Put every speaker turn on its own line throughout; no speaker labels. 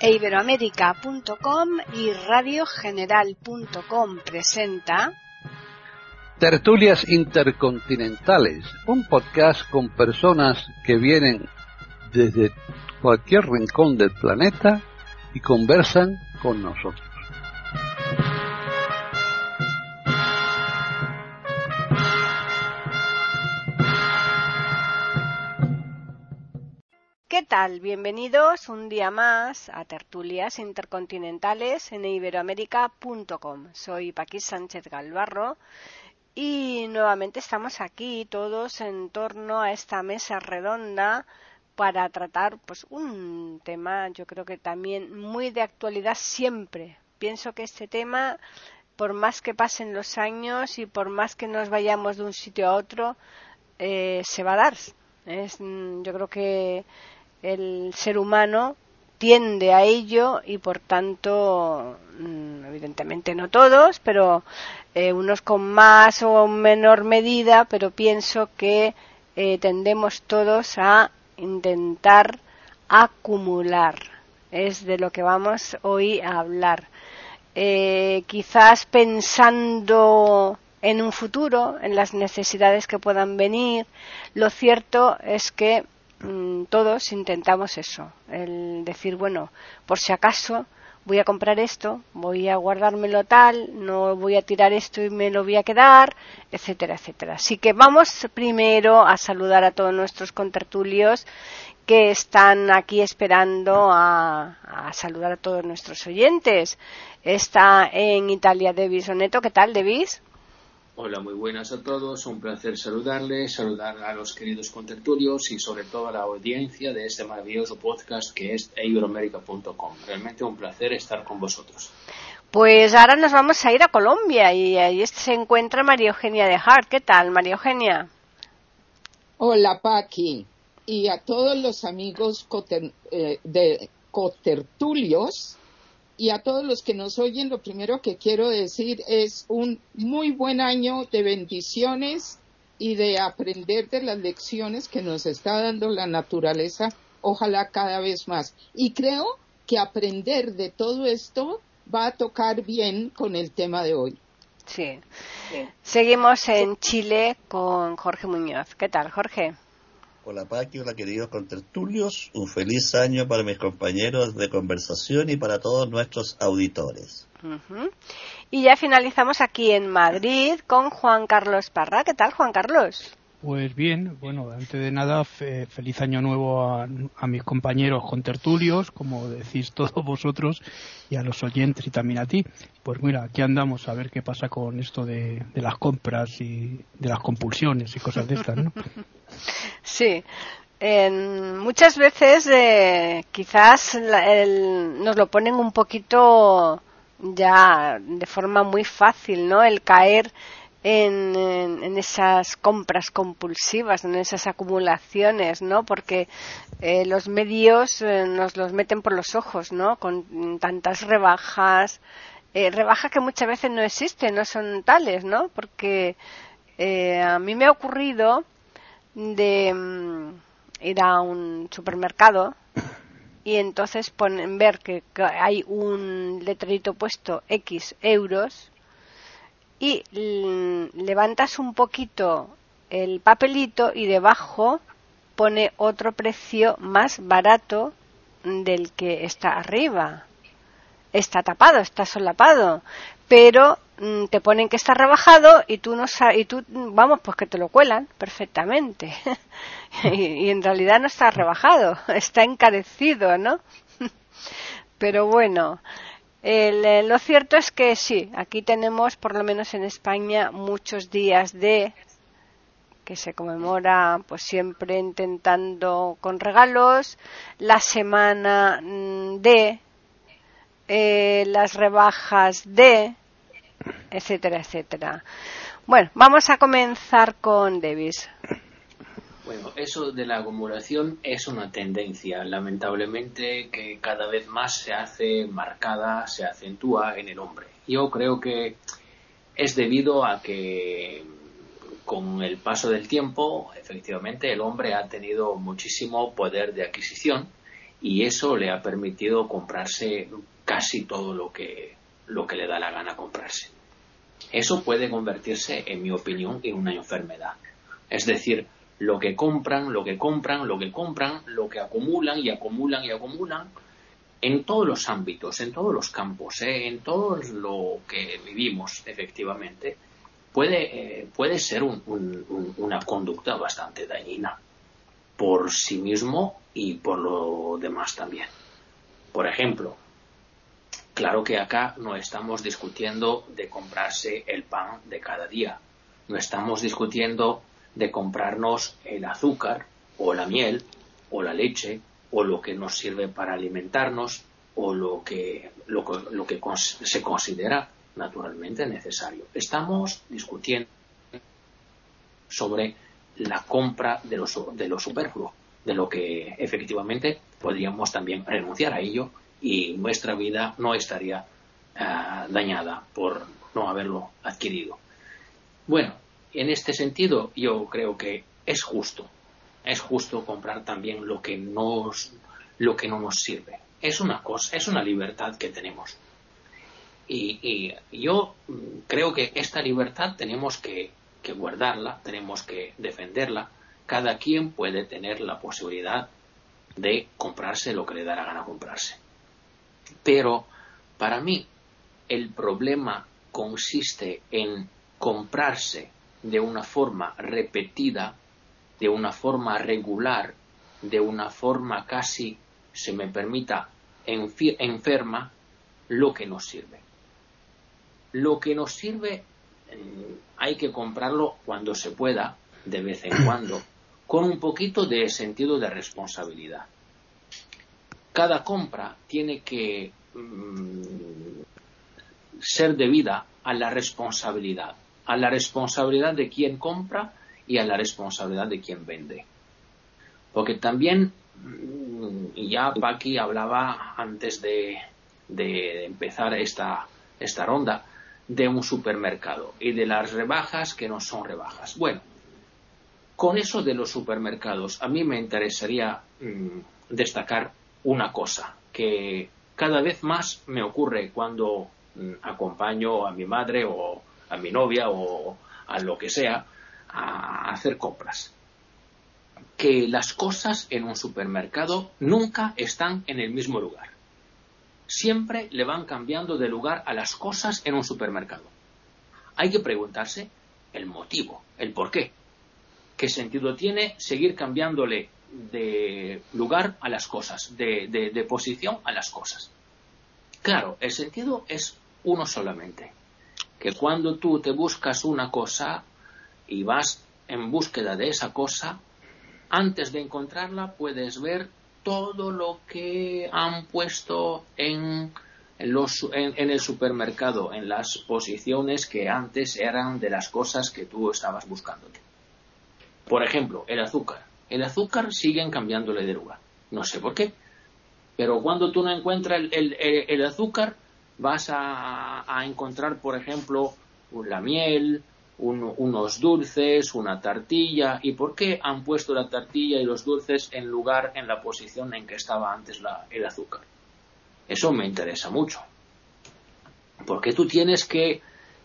Iberoamerica.com y radiogeneral.com presenta
Tertulias Intercontinentales, un podcast con personas que vienen desde cualquier rincón del planeta y conversan con nosotros.
¿Qué tal? Bienvenidos un día más a Tertulias Intercontinentales en Iberoamerica.com. Soy Paqui Sánchez Galvarro y nuevamente estamos aquí todos en torno a esta mesa redonda para tratar pues un tema, yo creo que también muy de actualidad siempre. Pienso que este tema, por más que pasen los años y por más que nos vayamos de un sitio a otro, se va a dar. Yo creo que el ser humano tiende a ello y por tanto, evidentemente no todos, pero unos con más o menor medida, pero pienso que tendemos todos a intentar acumular. Es de lo que vamos hoy a hablar. Quizás pensando en un futuro, en las necesidades que puedan venir, lo cierto es que todos intentamos eso, el decir, bueno, por si acaso voy a comprar esto, voy a guardármelo tal, no voy a tirar esto y me lo voy a quedar, etcétera, etcétera. Así que vamos primero a saludar a todos nuestros contertulios que están aquí esperando a saludar a todos nuestros oyentes. Está en Italia Devis Oneto. ¿Qué tal, Devis?
Hola, muy buenas a todos, un placer saludarles, saludar a los queridos contertulios y sobre todo a la audiencia de este maravilloso podcast que es Iberoamerica.com. Realmente un placer estar con vosotros.
Pues ahora nos vamos a ir a Colombia y ahí se encuentra María Eugenia de Hart. ¿Qué tal, María Eugenia?
Hola, Paqui, y a todos los amigos cotertulios. Y a todos los que nos oyen, lo primero que quiero decir es un muy buen año de bendiciones y de aprender de las lecciones que nos está dando la naturaleza, ojalá cada vez más. Y creo que aprender de todo esto va a tocar bien con el tema de hoy.
Sí. Seguimos en Chile con Jorge Muñoz. ¿Qué tal, Jorge?
Hola Paqui, hola queridos contertulios, un feliz año para mis compañeros de conversación y para todos nuestros auditores.
Uh-huh. Y ya finalizamos aquí en Madrid con Juan Carlos Parra. ¿Qué tal, Juan Carlos?
Pues bien, bueno, antes de nada, feliz año nuevo a mis compañeros contertulios, como decís todos vosotros, y a los oyentes y también a ti. Pues mira, aquí andamos a ver qué pasa con esto de las compras y de las compulsiones y cosas de estas, ¿no?
Sí. Muchas veces quizás nos lo ponen un poquito ya de forma muy fácil, ¿no? El caer en esas compras compulsivas, en esas acumulaciones, ¿no? Porque los medios nos los meten por los ojos, ¿no? Con tantas rebajas, rebajas que muchas veces no existen, no son tales, ¿no? Porque a mí me ha ocurrido de ir a un supermercado y entonces ver que hay un letrerito puesto X euros y levantas un poquito el papelito y debajo pone otro precio más barato del que está arriba. Está tapado, está solapado, pero te ponen que está rebajado y tú no sabes, y tú, vamos, pues que te lo cuelan perfectamente. y en realidad no está rebajado, está encarecido, ¿no? Pero bueno, lo cierto es que sí, aquí tenemos, por lo menos en España, muchos días que se conmemora pues siempre intentando con regalos, la semana de las rebajas etcétera, etcétera. Bueno, vamos a comenzar con Davis.
Bueno, eso de la acumulación es una tendencia, lamentablemente, que cada vez más se hace marcada, se acentúa en el hombre. Yo creo que es debido a que con el paso del tiempo, efectivamente, el hombre ha tenido muchísimo poder de adquisición y eso le ha permitido comprarse casi todo lo que le da la gana comprarse. Eso puede convertirse, en mi opinión, en una enfermedad. Es decir, lo que compran, lo que acumulan y acumulan y acumulan en todos los ámbitos, en todos los campos, en todo lo que vivimos, efectivamente, puede ser una conducta bastante dañina por sí mismo y por lo demás también. Por ejemplo, claro que acá no estamos discutiendo de comprarse el pan de cada día, no estamos discutiendo de comprarnos el azúcar o la miel o la leche o lo que nos sirve para alimentarnos o lo que se considera naturalmente necesario. Estamos discutiendo sobre la compra de lo superfluo, de lo que efectivamente podríamos también renunciar a ello y nuestra vida no estaría dañada por no haberlo adquirido. Bueno, en este sentido yo creo que es justo comprar también lo que no nos sirve. Es una libertad que tenemos. Y yo creo que esta libertad tenemos que guardarla, tenemos que defenderla. Cada quien puede tener la posibilidad de comprarse lo que le da la gana comprarse. Pero para mí el problema consiste en comprarse de una forma repetida, de una forma regular, de una forma casi, se me permita, enferma, lo que nos sirve. Lo que nos sirve hay que comprarlo cuando se pueda, de vez en cuando, con un poquito de sentido de responsabilidad. Cada compra tiene que ser debida a la responsabilidad de quien compra y a la responsabilidad de quien vende. Porque también, ya Paqui hablaba antes de empezar esta ronda, de un supermercado y de las rebajas que no son rebajas. Bueno, con eso de los supermercados, a mí me interesaría destacar una cosa que cada vez más me ocurre cuando acompaño a mi madre o a mi novia o a lo que sea a hacer compras. Que las cosas en un supermercado nunca están en el mismo lugar. Siempre le van cambiando de lugar a las cosas en un supermercado. Hay que preguntarse el motivo, el por qué. ¿Qué sentido tiene seguir cambiándole de lugar a las cosas, de posición a las cosas? Claro, el sentido es uno solamente. Que cuando tú te buscas una cosa y vas en búsqueda de esa cosa, antes de encontrarla puedes ver todo lo que han puesto en el supermercado, en las posiciones que antes eran de las cosas que tú estabas buscándote. Por ejemplo, el azúcar. El azúcar siguen cambiándole de lugar. No sé por qué. Pero cuando tú no encuentras el azúcar, vas a encontrar, por ejemplo, la miel, unos dulces, una tartilla. ¿Y por qué han puesto la tartilla y los dulces en la posición en que estaba antes el azúcar? Eso me interesa mucho. Porque tú tienes que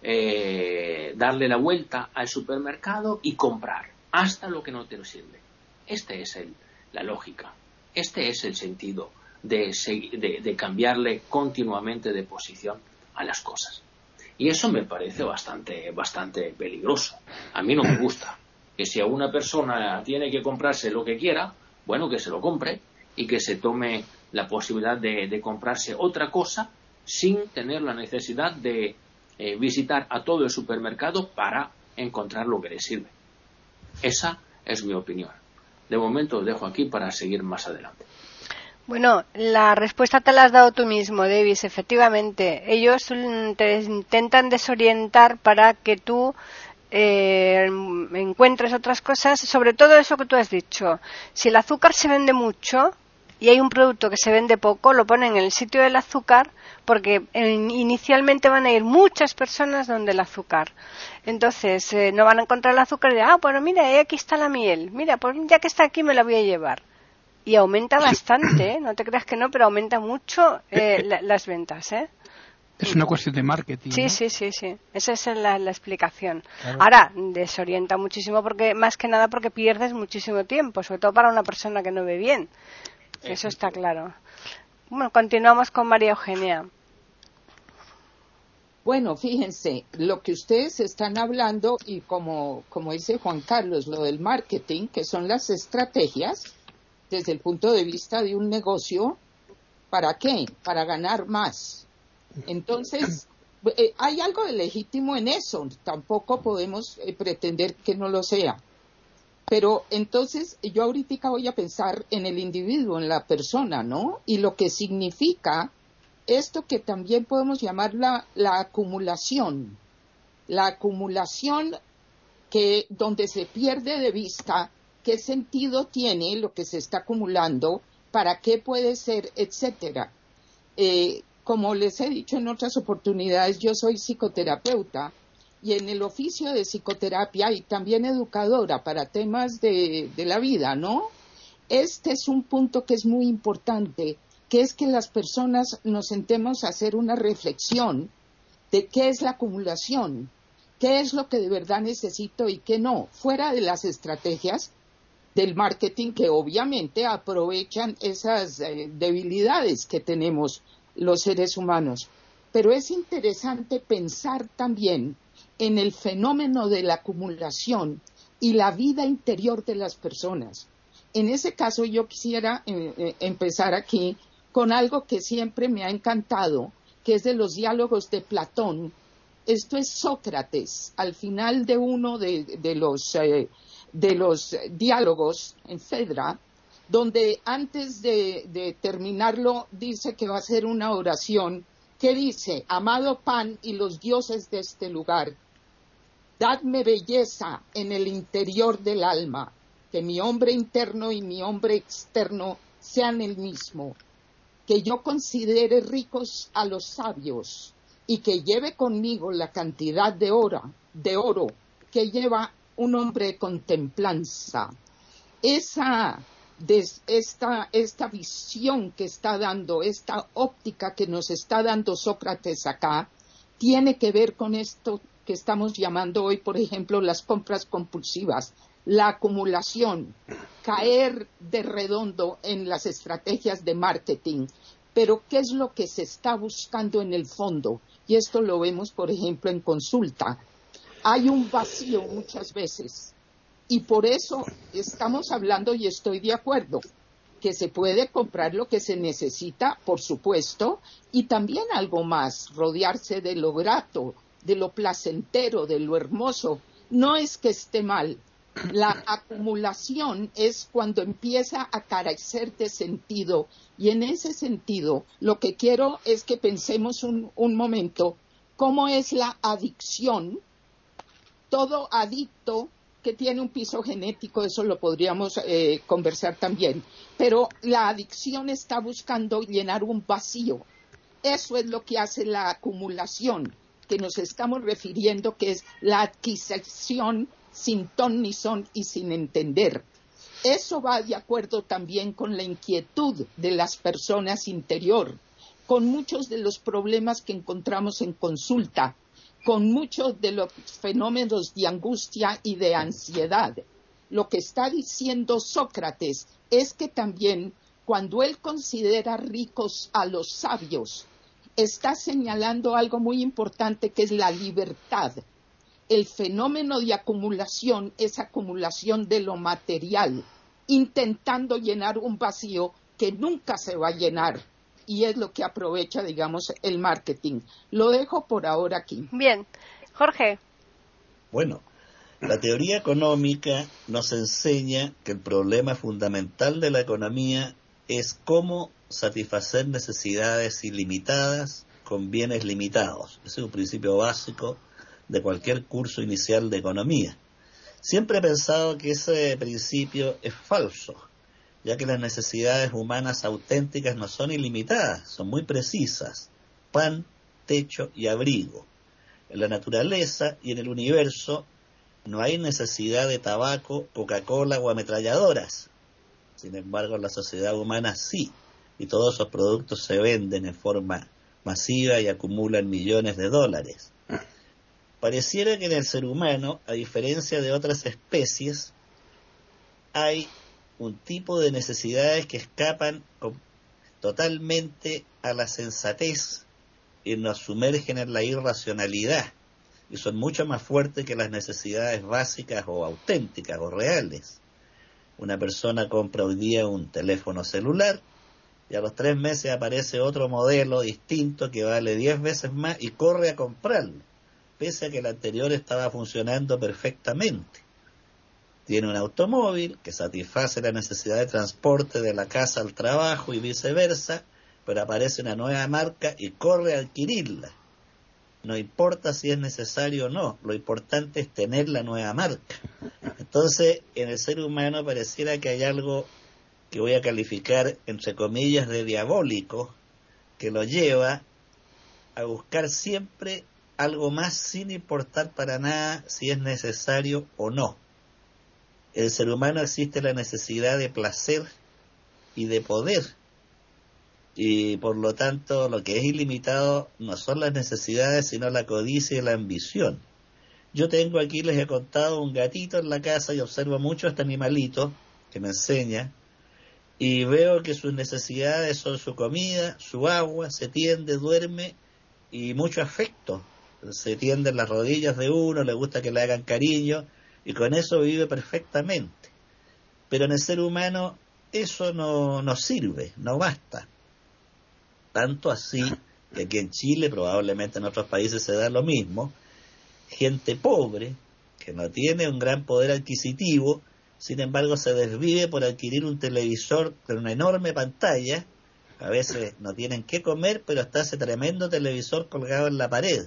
darle la vuelta al supermercado y comprar hasta lo que no te sirve. Esta es la lógica. Este es el sentido de cambiarle continuamente de posición a las cosas. Y eso me parece bastante peligroso. A mí no me gusta. Que si a una persona tiene que comprarse lo que quiera, bueno, que se lo compre y que se tome la posibilidad de comprarse otra cosa sin tener la necesidad de visitar a todo el supermercado para encontrar lo que le sirve. Esa es mi opinión. De momento lo dejo aquí para seguir más adelante.
Bueno, la respuesta te la has dado tú mismo, Davis. Efectivamente, ellos te intentan desorientar para que tú encuentres otras cosas, sobre todo eso que tú has dicho. Si el azúcar se vende mucho y hay un producto que se vende poco, lo ponen en el sitio del azúcar porque inicialmente van a ir muchas personas donde el azúcar. Entonces no van a encontrar el azúcar y dirán, bueno, mira, aquí está la miel. Mira, pues ya que está aquí me la voy a llevar. y aumenta bastante, ¿eh? No te creas que no, pero aumenta mucho las ventas, ¿eh?
Es una cuestión de marketing.
Sí,
¿no?
sí. Esa es la explicación.
Claro.
Ahora, desorienta muchísimo porque, más que nada, porque pierdes muchísimo tiempo, sobre todo para una persona que no ve bien. Eso está claro. Bueno, continuamos con María Eugenia.
Bueno, fíjense, lo que ustedes están hablando y como dice Juan Carlos, lo del marketing, que son las estrategias desde el punto de vista de un negocio, ¿para qué? Para ganar más. Entonces, hay algo de legítimo en eso, tampoco podemos pretender que no lo sea. Pero entonces yo ahorita voy a pensar en el individuo, en la persona, ¿no? Y lo que significa esto que también podemos llamar la acumulación. La acumulación que donde se pierde de vista qué sentido tiene lo que se está acumulando, para qué puede ser, etcétera. Como les he dicho en otras oportunidades, yo soy psicoterapeuta y en el oficio de psicoterapia y también educadora para temas de la vida, ¿no? Este es un punto que es muy importante, que es que las personas nos sentemos a hacer una reflexión de qué es la acumulación, qué es lo que de verdad necesito y qué no, fuera de las estrategias del marketing que obviamente aprovechan esas debilidades que tenemos los seres humanos. Pero es interesante pensar también en el fenómeno de la acumulación y la vida interior de las personas. En ese caso yo quisiera empezar aquí con algo que siempre me ha encantado, que es de los diálogos de Platón. Esto es Sócrates, al final de uno de los diálogos en Fedra, donde antes de terminarlo dice que va a hacer una oración que dice: amado Pan y los dioses de este lugar, dadme belleza en el interior del alma, que mi hombre interno y mi hombre externo sean el mismo, que yo considere ricos a los sabios y que lleve conmigo la cantidad de oro que lleva un hombre de contemplanza. Esta visión que está dando, esta óptica que nos está dando Sócrates acá, tiene que ver con esto que estamos llamando hoy, por ejemplo, las compras compulsivas, la acumulación, caer de redondo en las estrategias de marketing. Pero ¿qué es lo que se está buscando en el fondo? Y esto lo vemos, por ejemplo, en consulta. Hay un vacío muchas veces. Y por eso estamos hablando, y estoy de acuerdo, que se puede comprar lo que se necesita, por supuesto, y también algo más, rodearse de lo grato, de lo placentero, de lo hermoso. No es que esté mal. La acumulación es cuando empieza a carecer de sentido, y en ese sentido lo que quiero es que pensemos un momento cómo es la adicción. Todo adicto que tiene un piso genético, eso lo podríamos conversar también, pero la adicción está buscando llenar un vacío. Eso es lo que hace la acumulación, que nos estamos refiriendo, que es la adquisición sin ton ni son y sin entender. Eso va de acuerdo también con la inquietud de las personas interior, con muchos de los problemas que encontramos en consulta, con muchos de los fenómenos de angustia y de ansiedad. Lo que está diciendo Sócrates es que también cuando él considera ricos a los sabios, está señalando algo muy importante, que es la libertad. El fenómeno de acumulación es acumulación de lo material, intentando llenar un vacío que nunca se va a llenar. Y es lo que aprovecha, digamos, el marketing. Lo dejo por ahora aquí.
Bien. Jorge.
Bueno, la teoría económica nos enseña que el problema fundamental de la economía es cómo satisfacer necesidades ilimitadas con bienes limitados. Ese es un principio básico de cualquier curso inicial de economía. Siempre he pensado que ese principio es falso, ya que las necesidades humanas auténticas no son ilimitadas, son muy precisas: pan, techo y abrigo. En la naturaleza y en el universo no hay necesidad de tabaco, Coca-Cola o ametralladoras. Sin embargo, la sociedad humana sí, y todos esos productos se venden en forma masiva y acumulan millones de dólares. Pareciera que en el ser humano, a diferencia de otras especies, hay un tipo de necesidades que escapan totalmente a la sensatez y nos sumergen en la irracionalidad, y son mucho más fuertes que las necesidades básicas o auténticas o reales. Una persona compra hoy día un teléfono celular y a los 3 meses aparece otro modelo distinto que vale 10 veces más y corre a comprarlo, pese a que el anterior estaba funcionando perfectamente. Tiene un automóvil que satisface la necesidad de transporte de la casa al trabajo y viceversa, pero aparece una nueva marca y corre a adquirirla. No importa si es necesario o no, lo importante es tener la nueva marca. Entonces, en el ser humano pareciera que hay algo que voy a calificar, entre comillas, de diabólico, que lo lleva a buscar siempre algo más sin importar para nada si es necesario o no. En el ser humano existe la necesidad de placer y de poder, y por lo tanto lo que es ilimitado no son las necesidades sino la codicia y la ambición. Yo tengo aquí, les he contado, un gatito en la casa y observo mucho a este animalito que me enseña, y veo que sus necesidades son su comida, su agua, se tiende, duerme y mucho afecto. Se tiende en las rodillas de uno, le gusta que le hagan cariño y con eso vive perfectamente. Pero en el ser humano eso no sirve, no basta. Tanto así que aquí en Chile, probablemente en otros países se da lo mismo, gente pobre que no tiene un gran poder adquisitivo, sin embargo se desvive por adquirir un televisor con una enorme pantalla. A veces no tienen qué comer, pero está ese tremendo televisor colgado en la pared.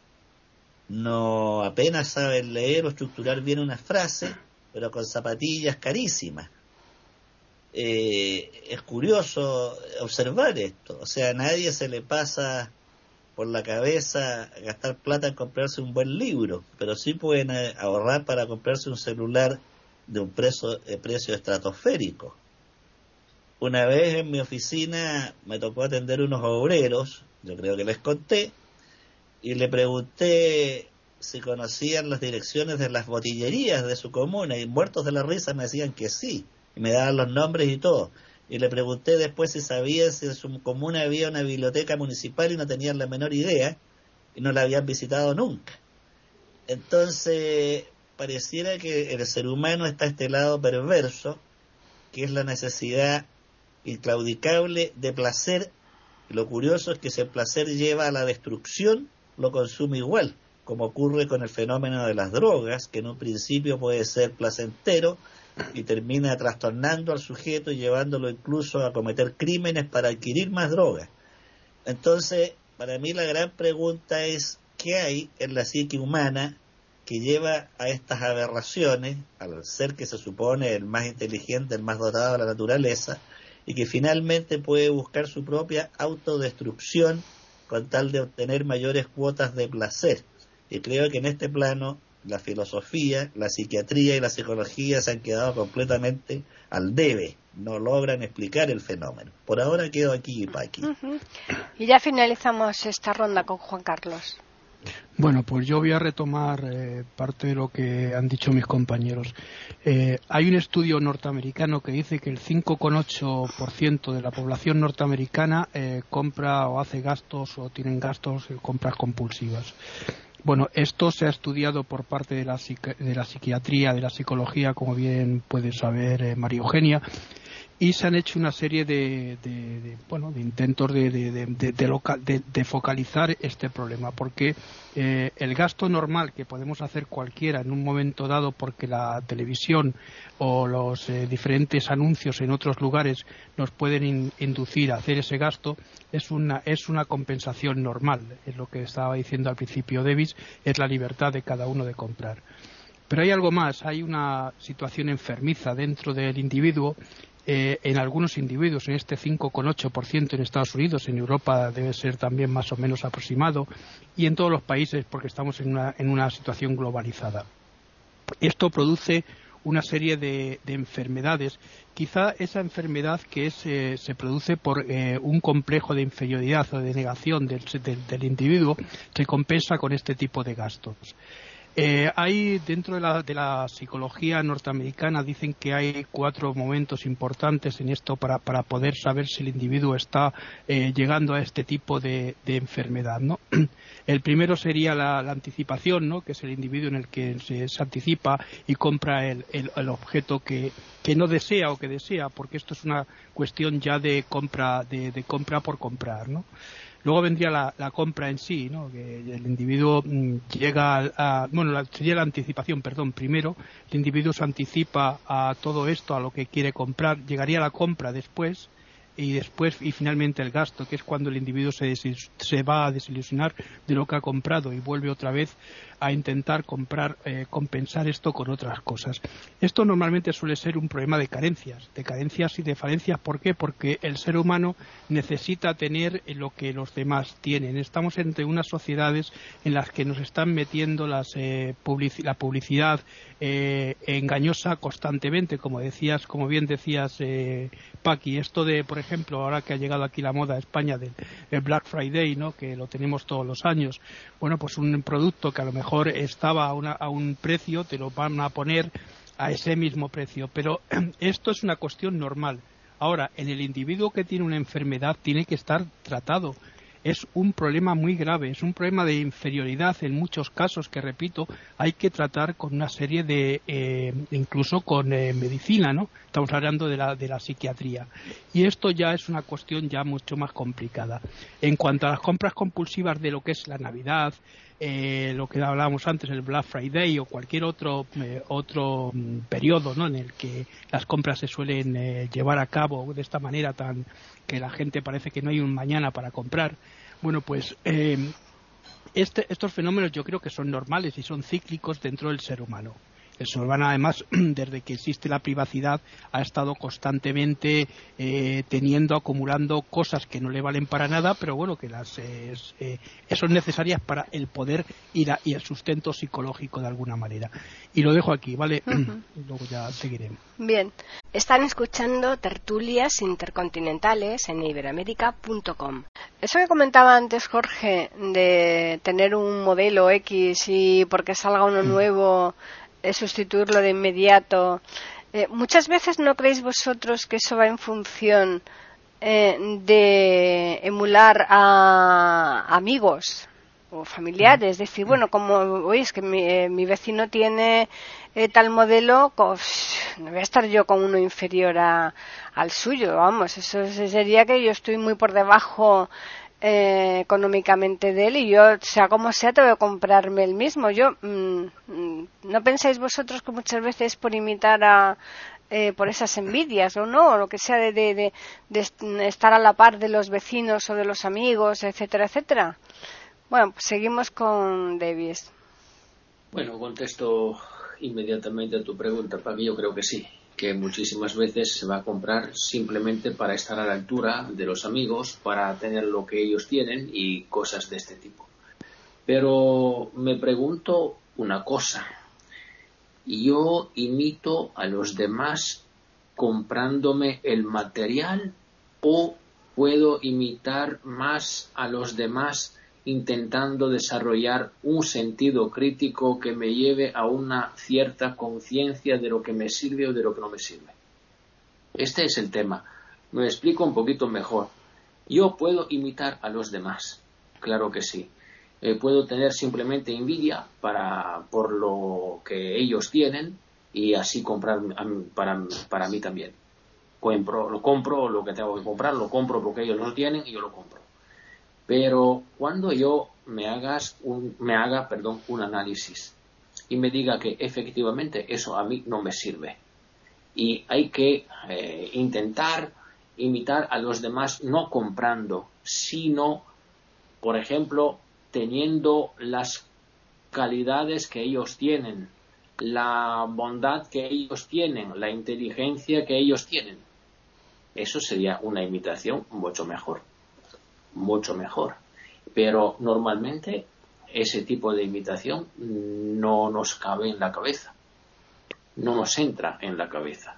No apenas saben leer o estructurar bien una frase, pero con zapatillas carísimas. Es curioso observar esto. O sea, a nadie se le pasa por la cabeza gastar plata en comprarse un buen libro, pero sí pueden ahorrar para comprarse un celular de un precio estratosférico. Una vez en mi oficina me tocó atender unos obreros, yo creo que les conté, y le pregunté si conocían las direcciones de las botillerías de su comuna, y muertos de la risa me decían que sí, y me daban los nombres y todo. Y le pregunté después si sabían si en su comuna había una biblioteca municipal y no tenían la menor idea, y no la habían visitado nunca. Entonces, pareciera que el ser humano está a este lado perverso, que es la necesidad inclaudicable de placer. Lo curioso es que si el placer lleva a la destrucción, lo consume igual, como ocurre con el fenómeno de las drogas, que en un principio puede ser placentero y termina trastornando al sujeto y llevándolo incluso a cometer crímenes para adquirir más drogas. Entonces, para mí la gran pregunta es, ¿qué hay en la psique humana que lleva a estas aberraciones, al ser que se supone el más inteligente, el más dotado de la naturaleza, y que finalmente puede buscar su propia autodestrucción con tal de obtener mayores cuotas de placer? Y creo que en este plano la filosofía, la psiquiatría y la psicología se han quedado completamente al debe, no logran explicar el fenómeno. Por ahora quedo aquí, Paqui.
Y ya finalizamos esta ronda con Juan Carlos.
Bueno, pues yo voy a retomar parte de lo que han dicho mis compañeros. Hay un estudio norteamericano que dice que el 5,8% de la población norteamericana compra o hace gastos o tienen gastos, compras compulsivas. Bueno, esto se ha estudiado por parte de la psiquiatría, de la psicología, como bien puede saber María Eugenia, y se han hecho una serie de intentos de focalizar este problema, porque el gasto normal que podemos hacer cualquiera en un momento dado, porque la televisión o los diferentes anuncios en otros lugares nos pueden inducir a hacer ese gasto, es una compensación normal. Es lo que estaba diciendo al principio Davis, es la libertad de cada uno de comprar. Pero hay algo más, hay una situación enfermiza dentro del individuo. En algunos individuos, en este 5,8% en Estados Unidos, en Europa debe ser también más o menos aproximado, y en todos los países, porque estamos en una situación globalizada. Esto produce una serie de enfermedades. Quizá esa enfermedad que se produce por un complejo de inferioridad o de negación del individuo se compensa con este tipo de gastos. Hay dentro de la psicología norteamericana, dicen que hay 4 momentos importantes en esto para poder saber si el individuo está llegando a este tipo de enfermedad, ¿no? El primero sería la anticipación, ¿no? Que es el individuo en el que se anticipa y compra el objeto que no desea o que desea, porque esto es una cuestión ya de compra por comprar, ¿no? Luego vendría la compra en sí, ¿no? Que el individuo llega sería la anticipación, perdón. Primero, el individuo se anticipa a todo esto, a lo que quiere comprar. Llegaría la compra después y finalmente el gasto, que es cuando el individuo se va a desilusionar de lo que ha comprado y vuelve otra vez a intentar compensar esto con otras cosas. Esto normalmente suele ser un problema de carencias y de falencias. ¿Por qué? Porque el ser humano necesita tener lo que los demás tienen. Estamos entre unas sociedades en las que nos están metiendo la publicidad engañosa constantemente, como bien decías, Paqui. Esto de, por ejemplo, ahora que ha llegado aquí la moda a España del Black Friday, ¿no? Que lo tenemos todos los años. Bueno, pues un producto que a lo mejor estaba a un precio, te lo van a poner a ese mismo precio. Pero esto es una cuestión normal. Ahora, en el individuo que tiene una enfermedad tiene que estar tratado. Es un problema muy grave, es un problema de inferioridad en muchos casos que, repito, hay que tratar con una serie incluso con medicina, ¿no? Estamos hablando de la psiquiatría. Y esto ya es una cuestión ya mucho más complicada. En cuanto a las compras compulsivas de lo que es la Navidad, lo que hablábamos antes, el Black Friday o cualquier otro periodo, ¿no? En el que las compras se suelen llevar a cabo de esta manera tan que la gente parece que no hay un mañana para comprar. Bueno, pues estos fenómenos yo creo que son normales y son cíclicos dentro del ser humano. El ser humano, además, desde que existe la privacidad, ha estado constantemente acumulando cosas que no le valen para nada, pero bueno, que son necesarias para el poder y el sustento psicológico de alguna manera. Y lo dejo aquí, ¿vale? Uh-huh. Luego ya seguiremos.
Bien. Están escuchando Tertulias Intercontinentales en iberoamerica.com. Eso que comentaba antes Jorge, de tener un modelo X y porque salga uno nuevo, sustituirlo de inmediato. Muchas veces no creéis vosotros que eso va en función de emular a amigos o familiares, es decir, bueno, como oye, es que mi vecino tiene tal modelo, no voy a estar yo con uno inferior al suyo, vamos, eso sería que yo estoy muy por debajo económicamente de él y yo, sea como sea, tengo que comprarme el mismo. ¿No pensáis vosotros que muchas veces por imitar por esas envidias o no, o lo que sea de estar a la par de los vecinos o de los amigos, etcétera, etcétera? Bueno, pues seguimos con Davis.
Bueno, contesto inmediatamente a tu pregunta, Paqui. Yo creo que sí, que muchísimas veces se va a comprar simplemente para estar a la altura de los amigos, para tener lo que ellos tienen y cosas de este tipo. Pero me pregunto una cosa. ¿Yo imito a los demás comprándome el material o puedo imitar más a los demás intentando desarrollar un sentido crítico que me lleve a una cierta conciencia de lo que me sirve o de lo que no me sirve? Este es el tema. Me explico un poquito mejor. Yo puedo imitar a los demás, claro que sí. Puedo tener simplemente envidia por lo que ellos tienen y así comprar para mí también. Lo compro lo que tengo que comprar, lo compro porque ellos lo tienen y yo lo compro. Pero cuando yo me haga un análisis y me diga que efectivamente eso a mí no me sirve y hay que intentar imitar a los demás no comprando, sino, por ejemplo, teniendo las calidades que ellos tienen, la bondad que ellos tienen, la inteligencia que ellos tienen, eso sería una imitación mucho mejor. Pero normalmente ese tipo de imitación no nos cabe en la cabeza. no nos entra en la cabeza.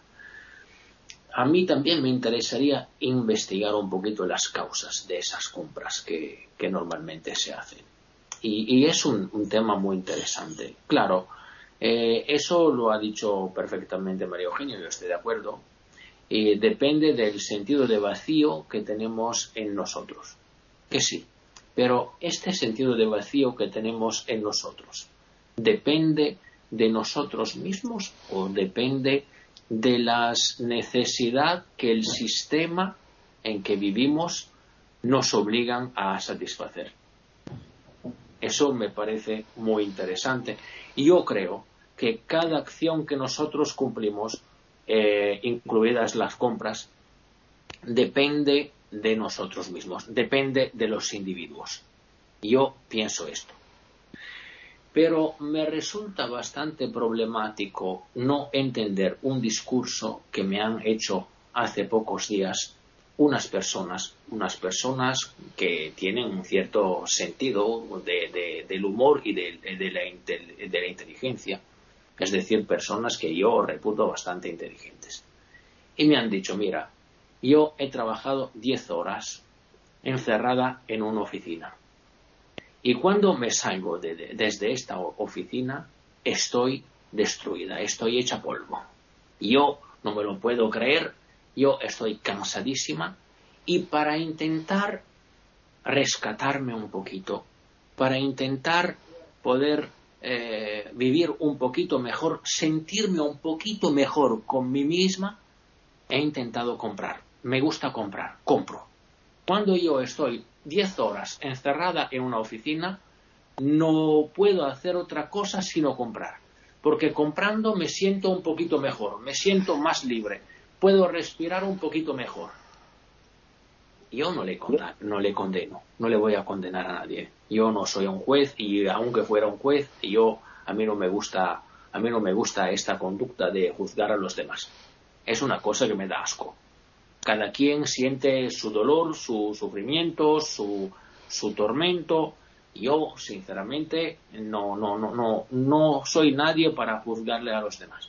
A mí también me interesaría investigar un poquito las causas de esas compras que normalmente se hacen. Y es un tema muy interesante. Claro, eso lo ha dicho perfectamente María Eugenia, yo estoy de acuerdo. Depende del sentido de vacío que tenemos en nosotros. Que sí, pero este sentido de vacío que tenemos en nosotros, ¿depende de nosotros mismos o depende de la necesidad que el sistema en que vivimos nos obligan a satisfacer? Eso me parece muy interesante. Y yo creo que cada acción que nosotros cumplimos, incluidas las compras, depende de nosotros mismos, depende de los individuos. Yo pienso esto. Pero me resulta bastante problemático no entender un discurso que me han hecho hace pocos días unas personas que tienen un cierto sentido del humor y de la inteligencia, es decir, personas que yo reputo bastante inteligentes. Y me han dicho, mira, yo he trabajado 10 horas encerrada en una oficina. Y cuando me salgo desde esta oficina, estoy destruida, estoy hecha polvo. Yo no me lo puedo creer, yo estoy cansadísima. Y para intentar rescatarme un poquito, para intentar poder vivir un poquito mejor, sentirme un poquito mejor con mí misma, he intentado comprar. Me gusta comprar, compro. Cuando yo estoy 10 horas encerrada en una oficina, no puedo hacer otra cosa sino comprar. Porque comprando me siento un poquito mejor, me siento más libre, puedo respirar un poquito mejor. Yo no le condeno, no le voy a condenar a nadie. Yo no soy un juez y aunque fuera un juez, a mí no me gusta esta conducta de juzgar a los demás. Es una cosa que me da asco. Cada quien siente su dolor, su sufrimiento, su tormento. Yo, sinceramente, no soy nadie para juzgarle a los demás.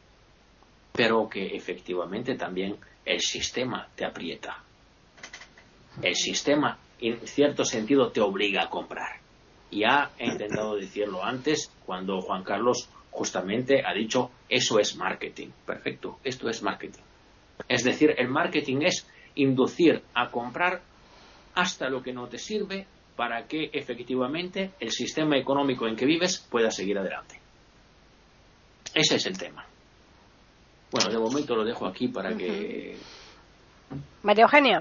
Pero que efectivamente también el sistema te aprieta. El sistema, en cierto sentido, te obliga a comprar. Ya he intentado decirlo antes, cuando Juan Carlos justamente ha dicho, eso es marketing. Perfecto, esto es marketing. Es decir, el marketing es inducir a comprar hasta lo que no te sirve para que efectivamente el sistema económico en que vives pueda seguir adelante. Ese es el tema. Bueno, de momento lo dejo aquí para que...
María Eugenia.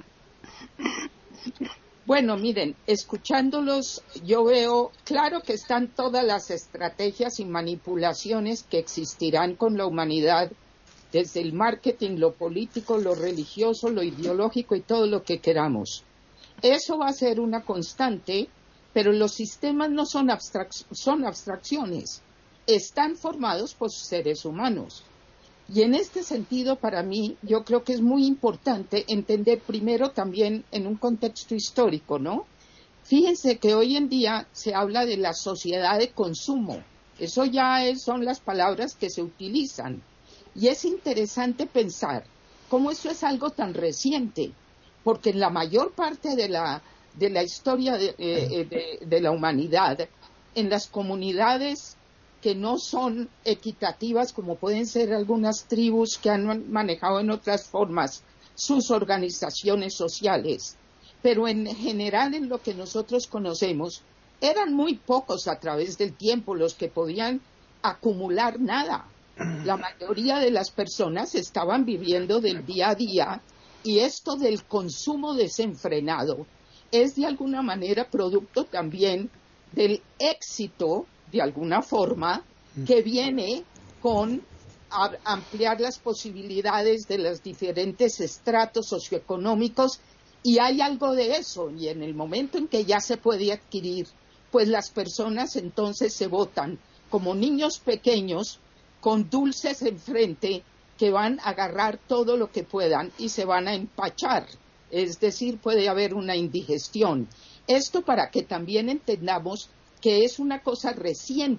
Bueno, miren, escuchándolos yo veo claro que están todas las estrategias y manipulaciones que existirán con la humanidad, desde el marketing, lo político, lo religioso, lo ideológico y todo lo que queramos. Eso va a ser una constante, pero los sistemas no son abstracciones, están formados por seres humanos. Y en este sentido, para mí, yo creo que es muy importante entender primero también en un contexto histórico, ¿no? Fíjense que hoy en día se habla de la sociedad de consumo. Eso ya son las palabras que se utilizan. Y es interesante pensar cómo eso es algo tan reciente, porque en la mayor parte de la historia de la humanidad, en las comunidades que no son equitativas, como pueden ser algunas tribus que han manejado en otras formas sus organizaciones sociales, pero en general en lo que nosotros conocemos, eran muy pocos a través del tiempo los que podían acumular nada. La mayoría de las personas estaban viviendo del día a día, y esto del consumo desenfrenado es de alguna manera producto también del éxito, de alguna forma, que viene con ampliar las posibilidades de los diferentes estratos socioeconómicos, y hay algo de eso, y en el momento en que ya se puede adquirir, pues las personas entonces se botan como niños pequeños con dulces enfrente, que van a agarrar todo lo que puedan y se van a empachar, es decir, puede haber una indigestión. Esto para que también entendamos que es una cosa reciente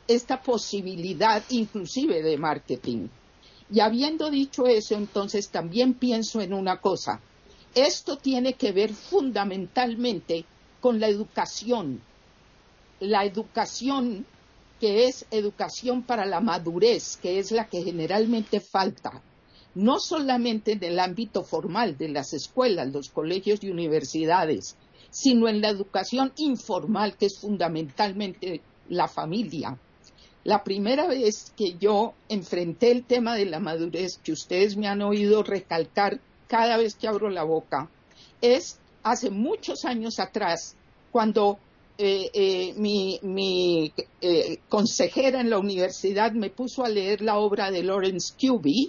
esta posibilidad inclusive de marketing. Y habiendo dicho eso, entonces también pienso en una cosa. Esto tiene que ver fundamentalmente con la educación que es educación para la madurez, que es la que generalmente falta, no solamente en el ámbito formal de las escuelas, los colegios y universidades, sino en la educación informal, que es fundamentalmente la familia. La primera vez que yo enfrenté el tema de la madurez, que ustedes me han oído recalcar cada vez que abro la boca, es hace muchos años atrás, cuando mi consejera en la universidad me puso a leer la obra de Lawrence Kuby,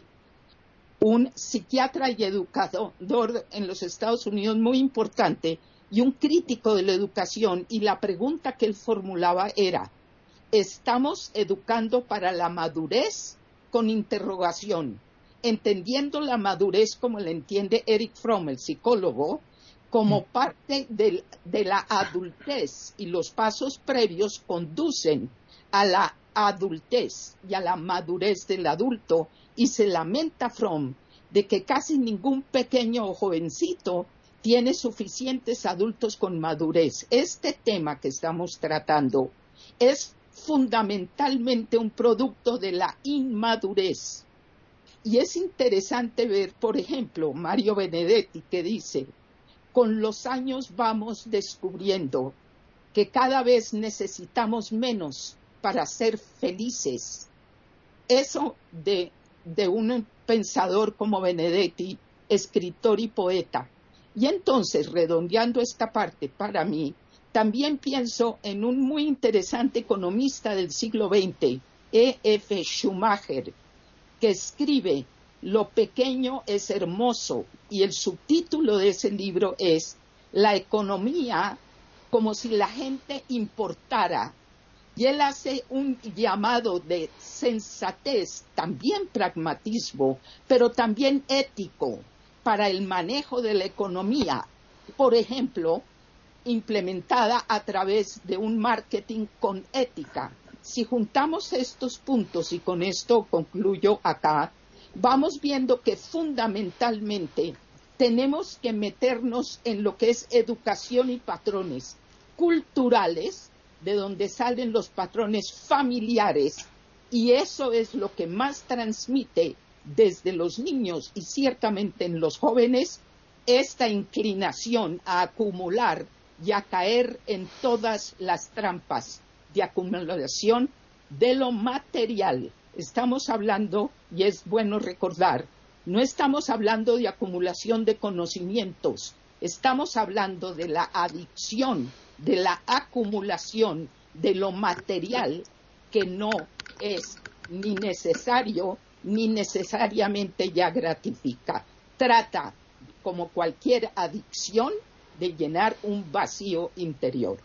un psiquiatra y educador en los Estados Unidos muy importante y un crítico de la educación, y la pregunta que él formulaba era: ¿estamos educando para la madurez? Con interrogación, entendiendo la madurez como la entiende Eric Fromm, el psicólogo, como parte de la adultez, y los pasos previos conducen a la adultez y a la madurez del adulto, y se lamenta Fromm de que casi ningún pequeño o jovencito tiene suficientes adultos con madurez. Este tema que estamos tratando es fundamentalmente un producto de la inmadurez. Y es interesante ver, por ejemplo, Mario Benedetti, que dice: con los años vamos descubriendo que cada vez necesitamos menos para ser felices. Eso de un pensador como Benedetti, escritor y poeta. Y entonces, redondeando esta parte, para mí, también pienso en un muy interesante economista del siglo XX, E.F. Schumacher, que escribe Lo pequeño es hermoso, y el subtítulo de ese libro es La economía como si la gente importara. Y él hace un llamado de sensatez, también pragmatismo, pero también ético, para el manejo de la economía, por ejemplo, implementada a través de un marketing con ética. Si juntamos estos puntos, y con esto concluyo acá, vamos viendo que fundamentalmente tenemos que meternos en lo que es educación y patrones culturales, de donde salen los patrones familiares, y eso es lo que más transmite desde los niños y ciertamente en los jóvenes esta inclinación a acumular y a caer en todas las trampas de acumulación de lo material. Estamos hablando, y es bueno recordar, no estamos hablando de acumulación de conocimientos, estamos hablando de la adicción, de la acumulación de lo material, que no es ni necesario ni necesariamente ya gratifica. Trata, como cualquier adicción, de llenar un vacío interior.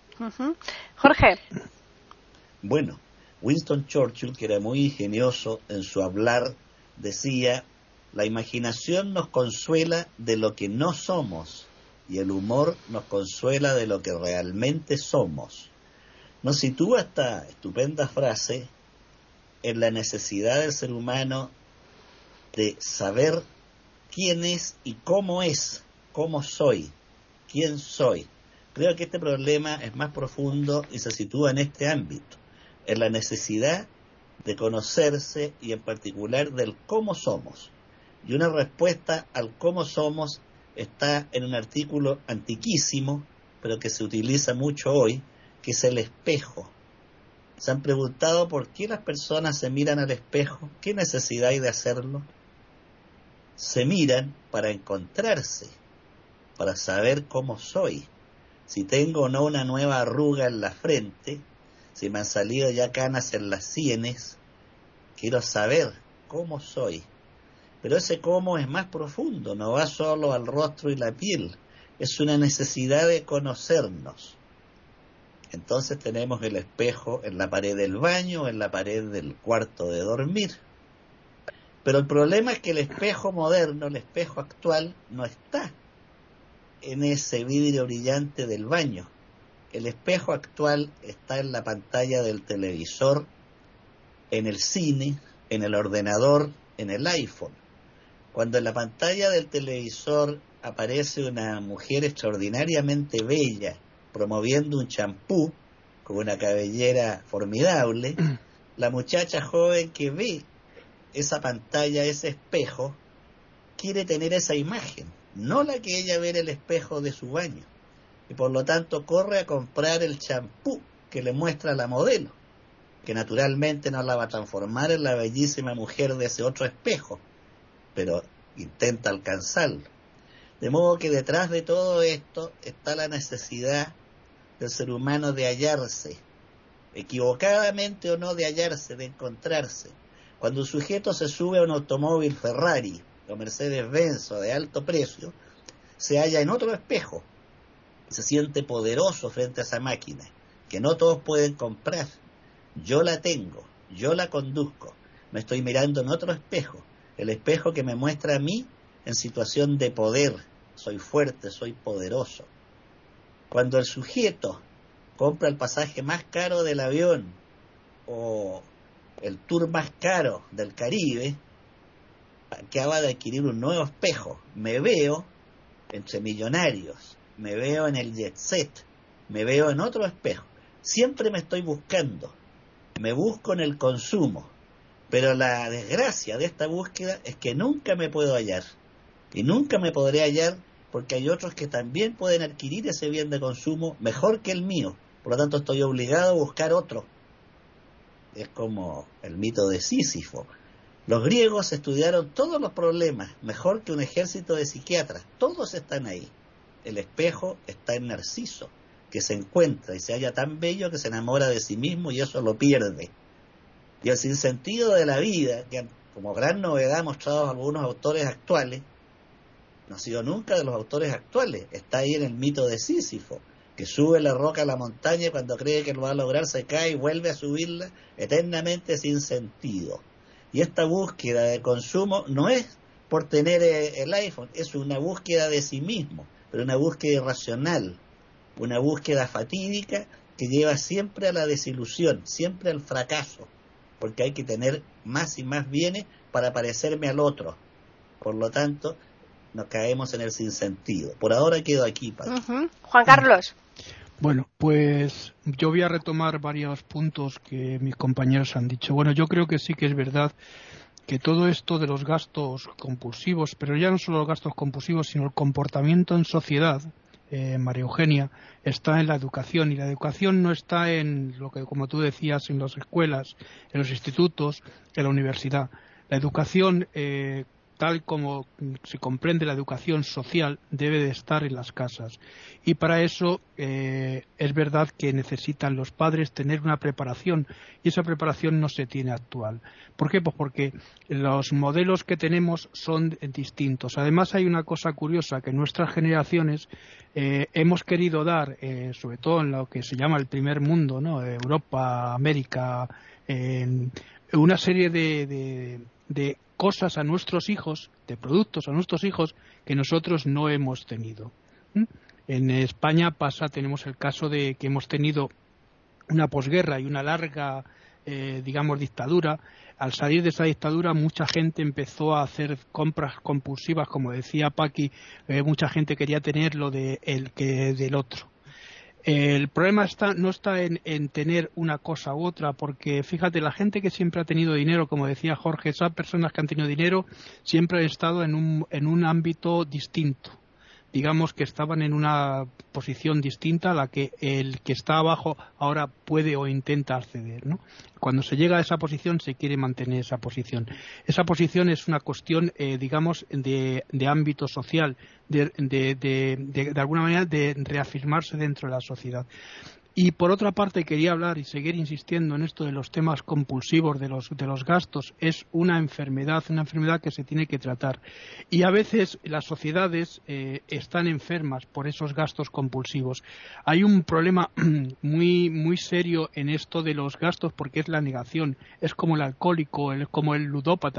Jorge.
Bueno, Winston Churchill, que era muy ingenioso en su hablar, decía: la imaginación nos consuela de lo que no somos, y el humor nos consuela de lo que realmente somos. Nos sitúa esta estupenda frase en la necesidad del ser humano de saber quién es y cómo soy, quién soy. Creo que este problema es más profundo y se sitúa en este ámbito, en la necesidad de conocerse y en particular del cómo somos. Y una respuesta al cómo somos está en un artículo antiquísimo, pero que se utiliza mucho hoy, que es el espejo. ¿Se han preguntado por qué las personas se miran al espejo? ¿Qué necesidad hay de hacerlo? Se miran para encontrarse, para saber cómo soy. Si tengo o no una nueva arruga en la frente, si me han salido ya canas en las sienes, quiero saber cómo soy. Pero ese cómo es más profundo, no va solo al rostro y la piel, es una necesidad de conocernos. Entonces tenemos el espejo en la pared del baño, en la pared del cuarto de dormir. Pero el problema es que el espejo moderno, el espejo actual, no está en ese vidrio brillante del baño. el espejo actual está en la pantalla del televisor, en el cine, en el ordenador, en el iPhone. Cuando en la pantalla del televisor aparece una mujer extraordinariamente bella promoviendo un champú con una cabellera formidable, la muchacha joven que ve esa pantalla, ese espejo, quiere tener esa imagen, no la que ella ve en el espejo de su baño. Y por lo tanto corre a comprar el champú que le muestra la modelo, que naturalmente no la va a transformar en la bellísima mujer de ese otro espejo, pero intenta alcanzarlo. De modo que detrás de todo esto está la necesidad del ser humano de hallarse, equivocadamente o no de hallarse, de encontrarse. Cuando un sujeto se sube a un automóvil Ferrari o Mercedes-Benz o de alto precio, se halla en otro espejo, se siente poderoso frente a esa máquina, que no todos pueden comprar. Yo la tengo, yo la conduzco, me estoy mirando en otro espejo, el espejo que me muestra a mí en situación de poder, soy fuerte, soy poderoso. Cuando el sujeto compra el pasaje más caro del avión o el tour más caro del Caribe, acaba de adquirir un nuevo espejo. Me veo entre millonarios, me veo en el jet set, me veo en otro espejo. Siempre me estoy buscando, me busco en el consumo, pero la desgracia de esta búsqueda es que nunca me puedo hallar, y nunca me podré hallar porque hay otros que también pueden adquirir ese bien de consumo mejor que el mío, por lo tanto estoy obligado a buscar otro. Es como el mito de Sísifo. Los griegos estudiaron todos los problemas mejor que un ejército de psiquiatras, todos están ahí. El espejo está en Narciso, que se encuentra y se halla tan bello que se enamora de sí mismo y eso lo pierde. Y el sinsentido de la vida, que como gran novedad han mostrado algunos autores actuales, no ha sido nunca de los autores actuales, está ahí en el mito de Sísifo, que sube la roca a la montaña y cuando cree que lo va a lograr se cae y vuelve a subirla eternamente sin sentido. Y esta búsqueda de consumo no es por tener el iPhone, es una búsqueda de sí mismo, pero una búsqueda irracional, una búsqueda fatídica que lleva siempre a la desilusión, siempre al fracaso, porque hay que tener más y más bienes para parecerme al otro. Por lo tanto, nos caemos en el sinsentido. Por ahora quedo aquí, Paqui.
Juan Carlos.
Bueno, pues yo voy a retomar varios puntos que mis compañeros han dicho. Bueno, yo creo que sí que es verdad que todo esto de los gastos compulsivos, pero ya no solo los gastos compulsivos, sino el comportamiento en sociedad, María Eugenia, está en la educación, y la educación no está en lo que, como tú decías, en las escuelas, en los institutos, en la universidad. La educación, tal como se comprende la educación social, debe de estar en las casas. Y para eso es verdad que necesitan los padres tener una preparación, y esa preparación no se tiene actual. ¿Por qué? Pues porque los modelos que tenemos son distintos. Además hay una cosa curiosa, que nuestras generaciones hemos querido dar, sobre todo en lo que se llama el primer mundo, ¿no? Europa, América, una serie de cosas a nuestros hijos, de productos a nuestros hijos que nosotros no hemos tenido. En España tenemos el caso de que hemos tenido una posguerra y una larga, dictadura. Al salir de esa dictadura, mucha gente empezó a hacer compras compulsivas, como decía Paqui, mucha gente quería tener lo del otro. El problema no está en tener una cosa u otra, porque fíjate, la gente que siempre ha tenido dinero, como decía Jorge, esas personas que han tenido dinero siempre han estado en un ámbito distinto. Digamos que estaban en una posición distinta a la que el que está abajo ahora puede o intenta acceder, ¿no? Cuando se llega a esa posición se quiere mantener esa posición. Esa posición es una cuestión, de ámbito social, de alguna manera de reafirmarse dentro de la sociedad. Y por otra parte quería hablar y seguir insistiendo en esto de los temas compulsivos de los gastos. Es una enfermedad que se tiene que tratar. Y a veces las sociedades están enfermas por esos gastos compulsivos. Hay un problema muy, muy serio en esto de los gastos, porque es la negación. Es como el alcohólico, es como el ludópata,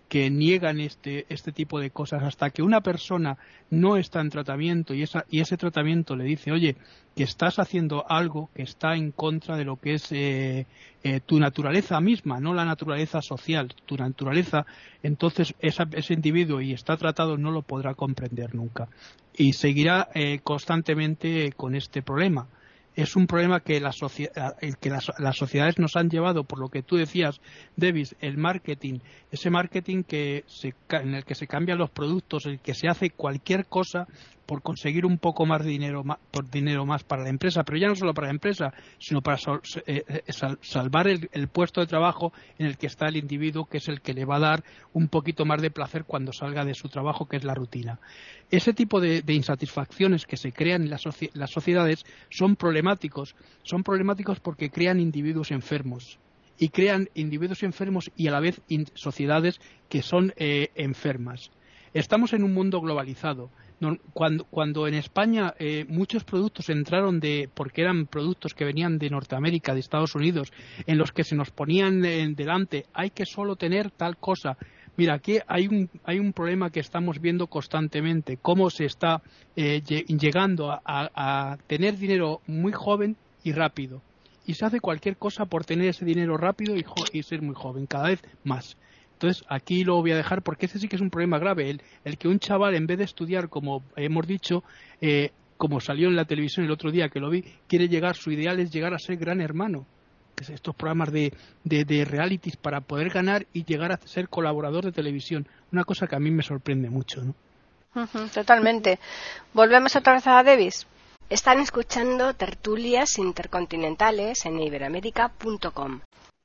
que niegan este tipo de cosas. Hasta que una persona no está en tratamiento y ese tratamiento le dice, oye, que estás haciendo algo que está en contra de lo que es tu naturaleza misma, no la naturaleza social, tu naturaleza, entonces ese individuo y está tratado no lo podrá comprender nunca y seguirá constantemente con este problema. Es un problema que las sociedades nos han llevado, por lo que tú decías, Davis, el marketing, ese marketing en el que se cambian los productos, el que se hace cualquier cosa por conseguir un poco más de dinero más para la empresa, pero ya no solo para la empresa, sino para salvar el puesto de trabajo en el que está el individuo, que es el que le va a dar un poquito más de placer cuando salga de su trabajo, que es la rutina. Ese tipo de insatisfacciones que se crean en las sociedades son problemáticos porque crean individuos enfermos y crean individuos enfermos y a la vez sociedades que son enfermas. Estamos en un mundo globalizado. Cuando en España muchos productos entraron porque eran productos que venían de Norteamérica, de Estados Unidos, en los que se nos ponían delante, hay que solo tener tal cosa. Mira, aquí hay un problema que estamos viendo constantemente, cómo se está llegando a tener dinero muy joven y rápido. Y se hace cualquier cosa por tener ese dinero rápido y ser muy joven, cada vez más. Entonces, aquí lo voy a dejar porque ese sí que es un problema grave. El que un chaval, en vez de estudiar, como hemos dicho, como salió en la televisión el otro día que lo vi, su ideal es llegar a ser gran hermano. Estos programas de realities para poder ganar y llegar a ser colaborador de televisión. Una cosa que a mí me sorprende mucho, ¿no?
Totalmente. Volvemos otra vez a Davis. Están escuchando Tertulias Intercontinentales en iberoamerica.com.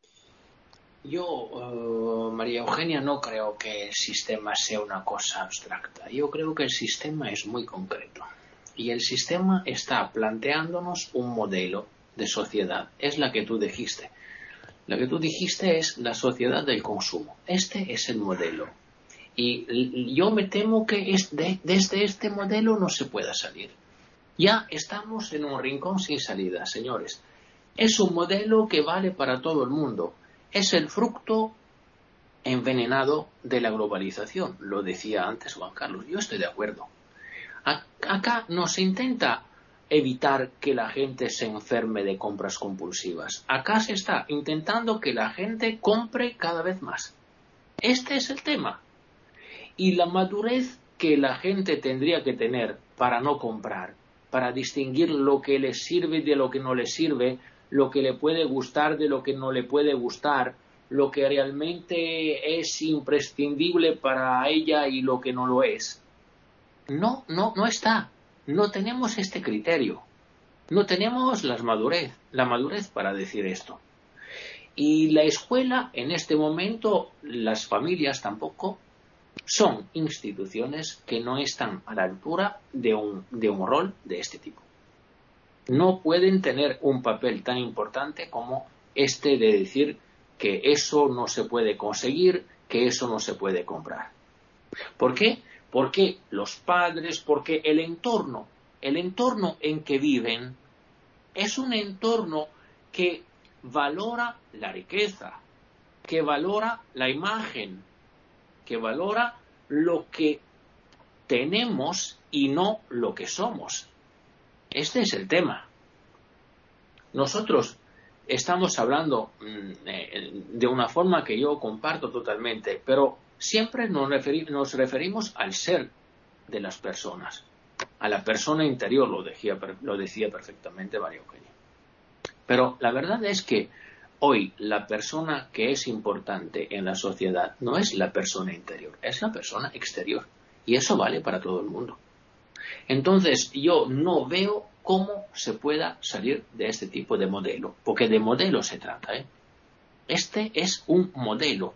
Yo, María Eugenia, no creo que el sistema sea una cosa abstracta. Yo creo que el sistema es muy concreto. Y el sistema está planteándonos un modelo de sociedad. Es la que tú dijiste. La que tú dijiste es la sociedad del consumo. Este es el modelo. Y yo me temo que desde este modelo no se pueda salir. Ya estamos en un rincón sin salida, señores. Es un modelo que vale para todo el mundo. Es el fruto envenenado de la globalización. Lo decía antes Juan Carlos. Yo estoy de acuerdo. Acá no se intenta evitar que la gente se enferme de compras compulsivas. Acá se está intentando que la gente compre cada vez más. Este es el tema. Y la madurez que la gente tendría que tener para no comprar, para distinguir lo que le sirve de lo que no le sirve, lo que le puede gustar de lo que no le puede gustar, lo que realmente es imprescindible para ella y lo que no lo es. No está. No tenemos este criterio. No tenemos la madurez para decir esto. Y la escuela, en este momento, las familias tampoco, son instituciones que no están a la altura de un rol de este tipo. No pueden tener un papel tan importante como este de decir que eso no se puede conseguir, que eso no se puede comprar. ¿Por qué? Porque los padres, porque el entorno en que viven es un entorno que valora la riqueza, que valora la imagen, que valora lo que tenemos y no lo que somos. Este es el tema. Nosotros estamos hablando de una forma que yo comparto totalmente, pero siempre nos referimos al ser de las personas, a la persona interior, lo decía perfectamente María Eugenia. Pero la verdad es que hoy la persona que es importante en la sociedad no es la persona interior, es la persona exterior. Y eso vale para todo el mundo. Entonces yo no veo cómo se pueda salir de este tipo de modelo, porque de modelo se trata, ¿eh? Este es un modelo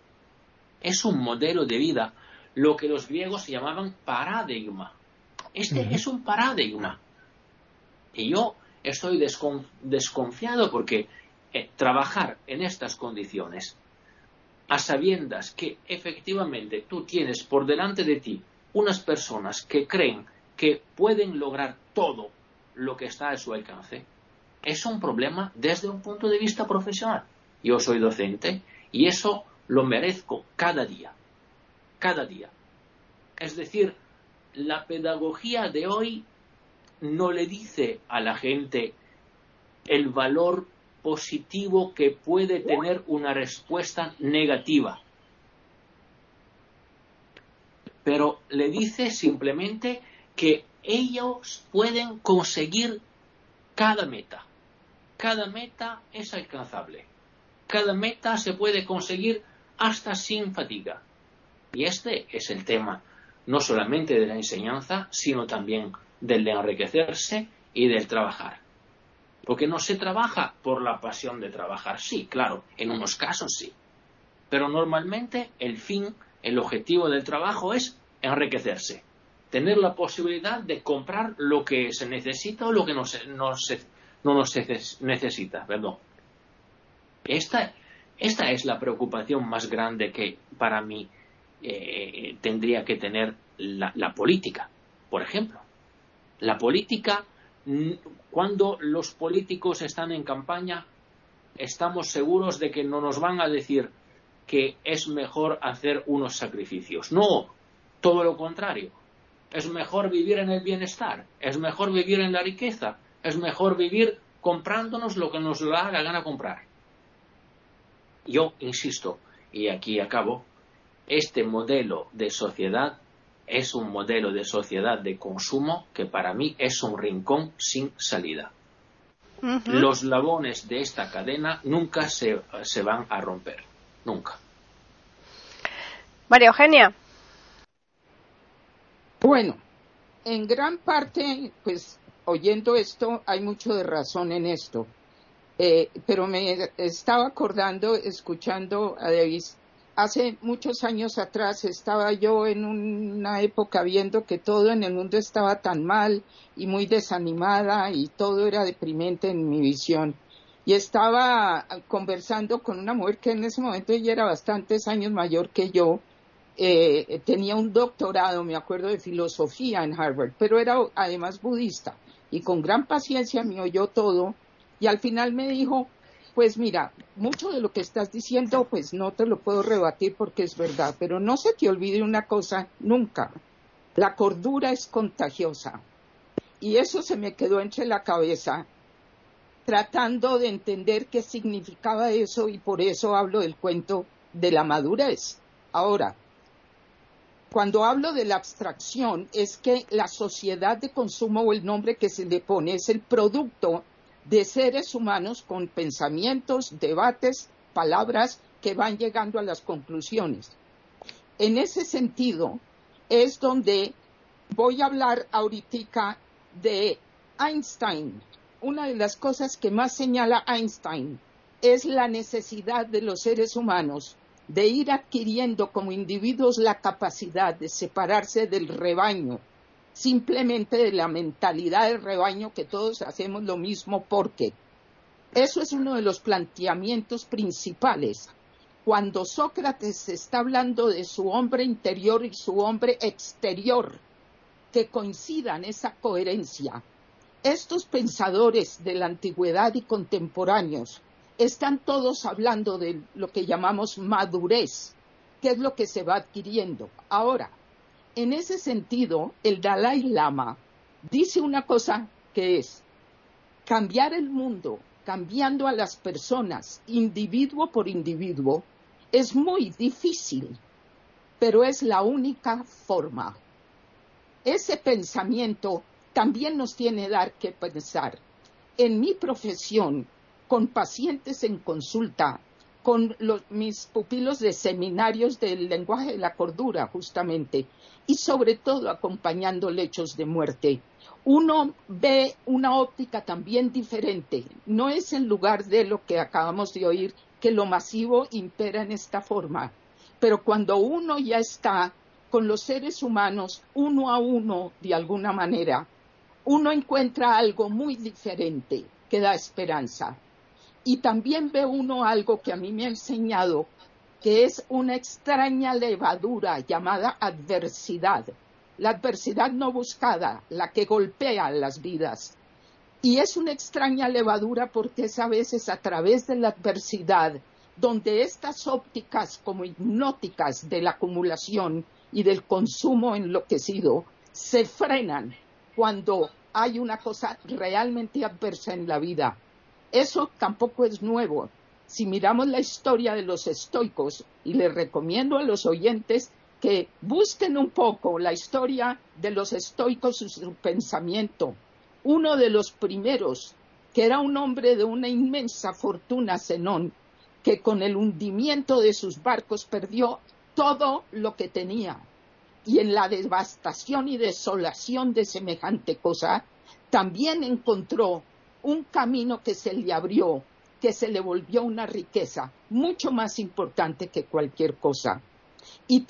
de vida, lo que los griegos llamaban paradigma. Este es un paradigma. Y yo estoy desconfiado porque trabajar en estas condiciones, a sabiendas que efectivamente tú tienes por delante de ti unas personas que creen que pueden lograr todo lo que está a su alcance, es un problema desde un punto de vista profesional. Yo soy docente y eso lo merezco cada día. cada día. Es decir, la pedagogía de hoy no le dice a la gente el valor positivo que puede tener una respuesta negativa, pero le dice simplemente que ellos pueden conseguir cada meta. Cada meta es alcanzable. Cada meta se puede conseguir hasta sin fatiga. Y este es el tema, no solamente de la enseñanza, sino también del de enriquecerse y del trabajar. Porque no se trabaja por la pasión de trabajar. Sí, claro, en unos casos sí. Pero normalmente el objetivo del trabajo es enriquecerse. Tener la posibilidad de comprar lo que se necesita o lo que no necesita. Perdón. Esta es la preocupación más grande que para mí tendría que tener la política. Por ejemplo, la política, cuando los políticos están en campaña, estamos seguros de que no nos van a decir que es mejor hacer unos sacrificios. No, todo lo contrario. Es mejor vivir en el bienestar, es mejor vivir en la riqueza, es mejor vivir comprándonos lo que nos da la gana comprar. Yo insisto, y aquí acabo, este modelo de sociedad es un modelo de sociedad de consumo que para mí es un rincón sin salida. Uh-huh. Los eslabones de esta cadena nunca se van a romper, nunca.
María Eugenia.
Bueno, en gran parte, pues oyendo esto, hay mucho de razón en esto. Pero me estaba acordando, escuchando a Davis, hace muchos años atrás estaba yo en una época viendo que todo en el mundo estaba tan mal y muy desanimada y todo era deprimente en mi visión. Y estaba conversando con una mujer que en ese momento ella era bastantes años mayor que yo. Tenía un doctorado, me acuerdo, de filosofía en Harvard, pero era además budista y con gran paciencia me oyó todo y al final me dijo, pues mira, mucho de lo que estás diciendo pues no te lo puedo rebatir porque es verdad, pero no se te olvide una cosa nunca, la cordura es contagiosa. Y eso se me quedó entre la cabeza tratando de entender qué significaba eso y por eso hablo del cuento de la madurez. Ahora, cuando hablo de la abstracción, es que la sociedad de consumo o el nombre que se le pone es el producto de seres humanos con pensamientos, debates, palabras que van llegando a las conclusiones. En ese sentido, es donde voy a hablar ahorita de Einstein. Una de las cosas que más señala Einstein es la necesidad de los seres humanos de ir adquiriendo como individuos la capacidad de separarse del rebaño, simplemente de la mentalidad del rebaño que todos hacemos lo mismo porque. Eso es uno de los planteamientos principales. Cuando Sócrates está hablando de su hombre interior y su hombre exterior, que coincidan esa coherencia, estos pensadores de la antigüedad y contemporáneos están todos hablando de lo que llamamos madurez, que es lo que se va adquiriendo. Ahora, en ese sentido, el Dalai Lama dice una cosa que es cambiar el mundo, cambiando a las personas, individuo por individuo, es muy difícil, pero es la única forma. Ese pensamiento también nos tiene que dar que pensar. En mi profesión, con pacientes en consulta, con mis pupilos de seminarios del lenguaje de la cordura, justamente, y sobre todo acompañando lechos de muerte, uno ve una óptica también diferente. No es en lugar de lo que acabamos de oír, que lo masivo impera en esta forma, pero cuando uno ya está con los seres humanos uno a uno, de alguna manera, uno encuentra algo muy diferente que da esperanza. Y también ve uno algo que a mí me ha enseñado, que es una extraña levadura llamada adversidad. La adversidad no buscada, la que golpea las vidas. Y es una extraña levadura porque es a veces a través de la adversidad donde estas ópticas como hipnóticas de la acumulación y del consumo enloquecido se frenan cuando hay una cosa realmente adversa en la vida. Eso tampoco es nuevo. Si miramos la historia de los estoicos, y les recomiendo a los oyentes que busquen un poco la historia de los estoicos y su pensamiento. Uno de los primeros, que era un hombre de una inmensa fortuna, Zenón, que con el hundimiento de sus barcos perdió todo lo que tenía. Y en la devastación y desolación de semejante cosa, también encontró un camino que se le abrió, que se le volvió una riqueza mucho más importante que cualquier cosa. Y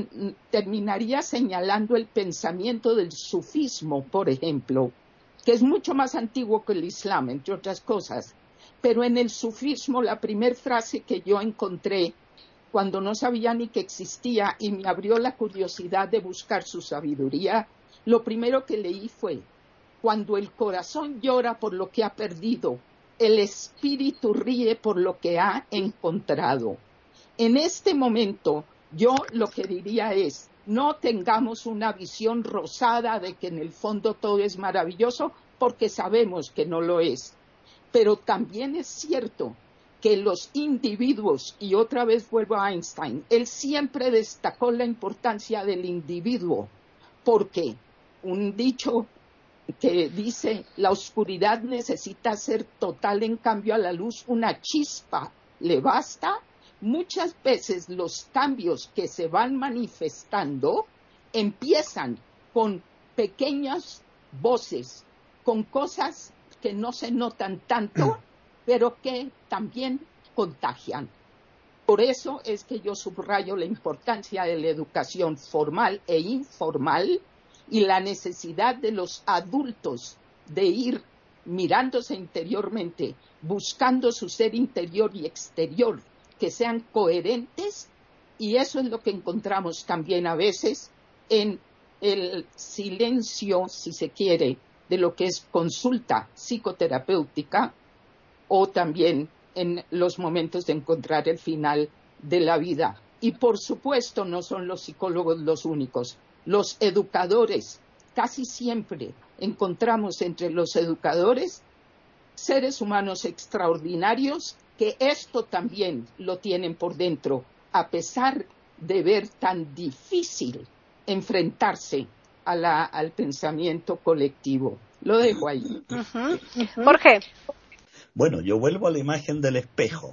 terminaría señalando el pensamiento del sufismo, por ejemplo, que es mucho más antiguo que el Islam, entre otras cosas. Pero en el sufismo, la primera frase que yo encontré, cuando no sabía ni que existía y me abrió la curiosidad de buscar su sabiduría, lo primero que leí fue: cuando el corazón llora por lo que ha perdido, el espíritu ríe por lo que ha encontrado. En este momento, yo lo que diría es: no tengamos una visión rosada de que en el fondo todo es maravilloso, porque sabemos que no lo es. Pero también es cierto que los individuos, y otra vez vuelvo a Einstein, él siempre destacó la importancia del individuo, porque un dicho que dice: la oscuridad necesita ser total, en cambio a la luz una chispa le basta. Muchas veces los cambios que se van manifestando empiezan con pequeñas voces, con cosas que no se notan tanto, pero que también contagian. Por eso es que yo subrayo la importancia de la educación formal e informal y la necesidad de los adultos de ir mirándose interiormente, buscando su ser interior y exterior, que sean coherentes, y eso es lo que encontramos también a veces en el silencio, si se quiere, de lo que es consulta psicoterapéutica, o también en los momentos de encontrar el final de la vida. Y por supuesto no son los psicólogos los únicos. Los educadores, casi siempre encontramos entre los educadores seres humanos extraordinarios que esto también lo tienen por dentro, a pesar de ver tan difícil enfrentarse al pensamiento colectivo. Lo dejo ahí.
Jorge.
Bueno, yo vuelvo a la imagen del espejo.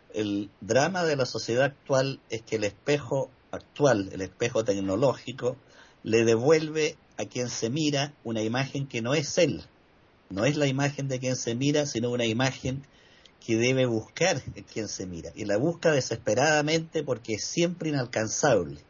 El drama de la sociedad actual es que el espejo actual, el espejo tecnológico, le devuelve a quien se mira una imagen que no es él. No es la imagen de quien se mira, sino una imagen que debe buscar a quien se mira. Y la busca desesperadamente porque es siempre inalcanzable.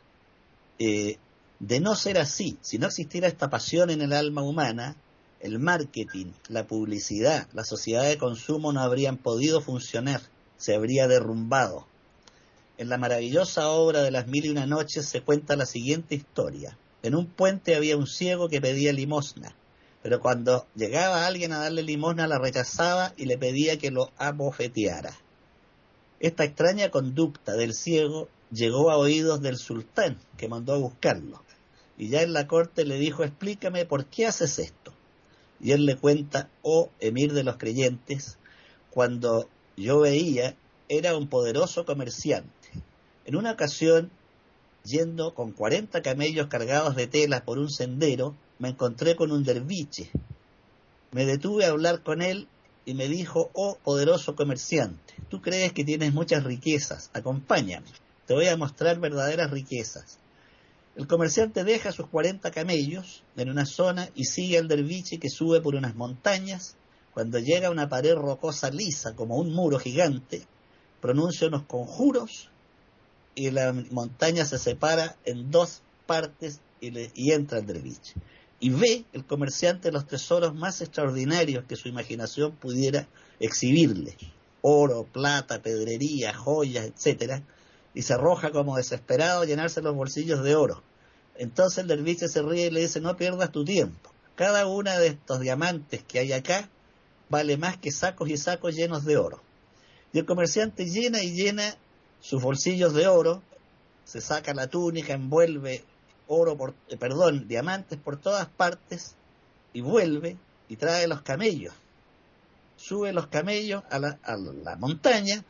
De no ser así, si no existiera esta pasión en el alma humana, el marketing, la publicidad, la sociedad de consumo no habrían podido funcionar, se habría derrumbado. En la maravillosa obra de Las Mil y una Noches se cuenta la siguiente historia. En un puente había un ciego que pedía limosna, pero cuando llegaba alguien a darle limosna la rechazaba y le pedía que lo abofeteara. Esta extraña conducta del ciego llegó a oídos del sultán, que mandó a buscarlo, y ya en la corte le dijo: explícame por qué haces esto. Y él le cuenta: oh emir de los creyentes, cuando yo veía, era un poderoso comerciante. En una ocasión, yendo con 40 camellos cargados de telas por un sendero, me encontré con un derviche. Me detuve a hablar con él y me dijo: oh poderoso comerciante, tú crees que tienes muchas riquezas, acompáñame, te voy a mostrar verdaderas riquezas. El comerciante deja sus 40 camellos en una zona y sigue al derviche, que sube por unas montañas. Cuando llega a una pared rocosa lisa como un muro gigante, pronuncia unos conjuros y la montaña se separa en dos partes y entra el derviche. Y ve el comerciante los tesoros más extraordinarios que su imaginación pudiera exhibirle: oro, plata, pedrería, joyas, etcétera, y se arroja como desesperado a llenarse los bolsillos de oro. Entonces el derviche se ríe y le dice: no pierdas tu tiempo, cada uno de estos diamantes que hay acá vale más que sacos y sacos llenos de oro. Y el comerciante llena y llena sus bolsillos de oro, se saca la túnica, envuelve diamantes por todas partes, y vuelve y trae los camellos. Sube los camellos a la montaña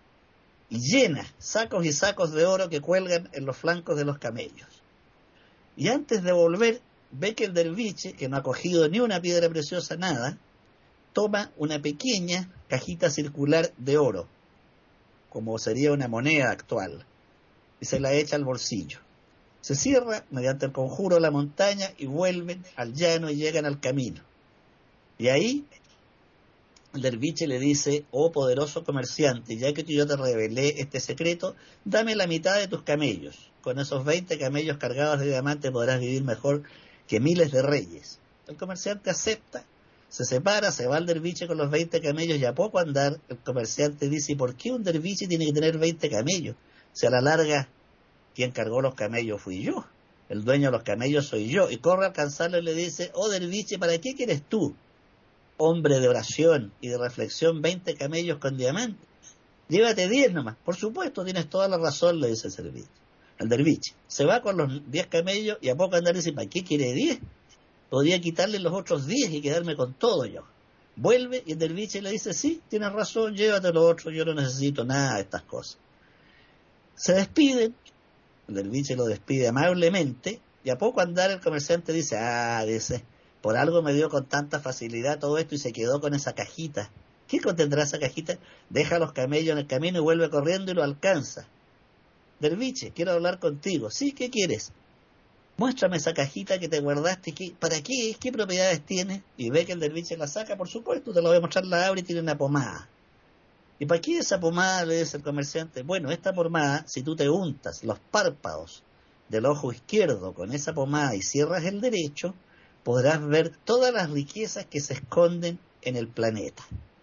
y llena sacos y sacos de oro que cuelgan en los flancos de los camellos. Y antes de volver, ve que el derviche, que no ha cogido ni una piedra preciosa, nada, toma una pequeña cajita circular de oro, como sería una moneda actual, y se la echa al bolsillo. Se cierra mediante el conjuro la montaña y vuelven al llano y llegan al camino. Y ahí el derviche le dice: oh poderoso comerciante, ya que yo te revelé este secreto, dame la mitad de tus camellos. Con esos 20 camellos cargados de diamante podrás vivir mejor que miles de reyes. El comerciante acepta, se separa, se va al derviche con los 20 camellos, y a poco andar el comerciante dice: ¿y por qué un derviche tiene que tener 20 camellos? Si a la larga quien cargó los camellos fui yo, el dueño de los camellos soy yo. Y corre a alcanzarlo y le dice: oh derviche, ¿para qué quieres tú, hombre de oración y de reflexión, 20 camellos con diamante? Llévate 10 nomás. Por supuesto, tienes toda la razón, le dice el derviche. Se va con los 10 camellos y a poco andar dice: ¿para qué quiere 10? Podría quitarle los otros 10 y quedarme con todo yo. Vuelve y el derviche le dice: sí, tienes razón, llévate los otros, yo no necesito nada de estas cosas. Se despiden, el derviche lo despide amablemente, y a poco andar el comerciante dice: dice, por algo me dio con tanta facilidad todo esto y se quedó con esa cajita. ¿Qué contendrá esa cajita? Deja los camellos en el camino y vuelve corriendo y lo alcanza. Derviche, quiero hablar contigo. Sí, ¿qué quieres? Muéstrame esa cajita que te guardaste. ¿Para qué? ¿Qué propiedades tiene? Y ve que el derviche la saca. Por supuesto, te lo voy a mostrar, la abre y tiene una pomada. ¿Y para qué esa pomada? Le dice el comerciante. Bueno, esta pomada, si tú te untas los párpados del ojo izquierdo con esa pomada y cierras el derecho, podrás ver todas las riquezas que se esconden en el planeta.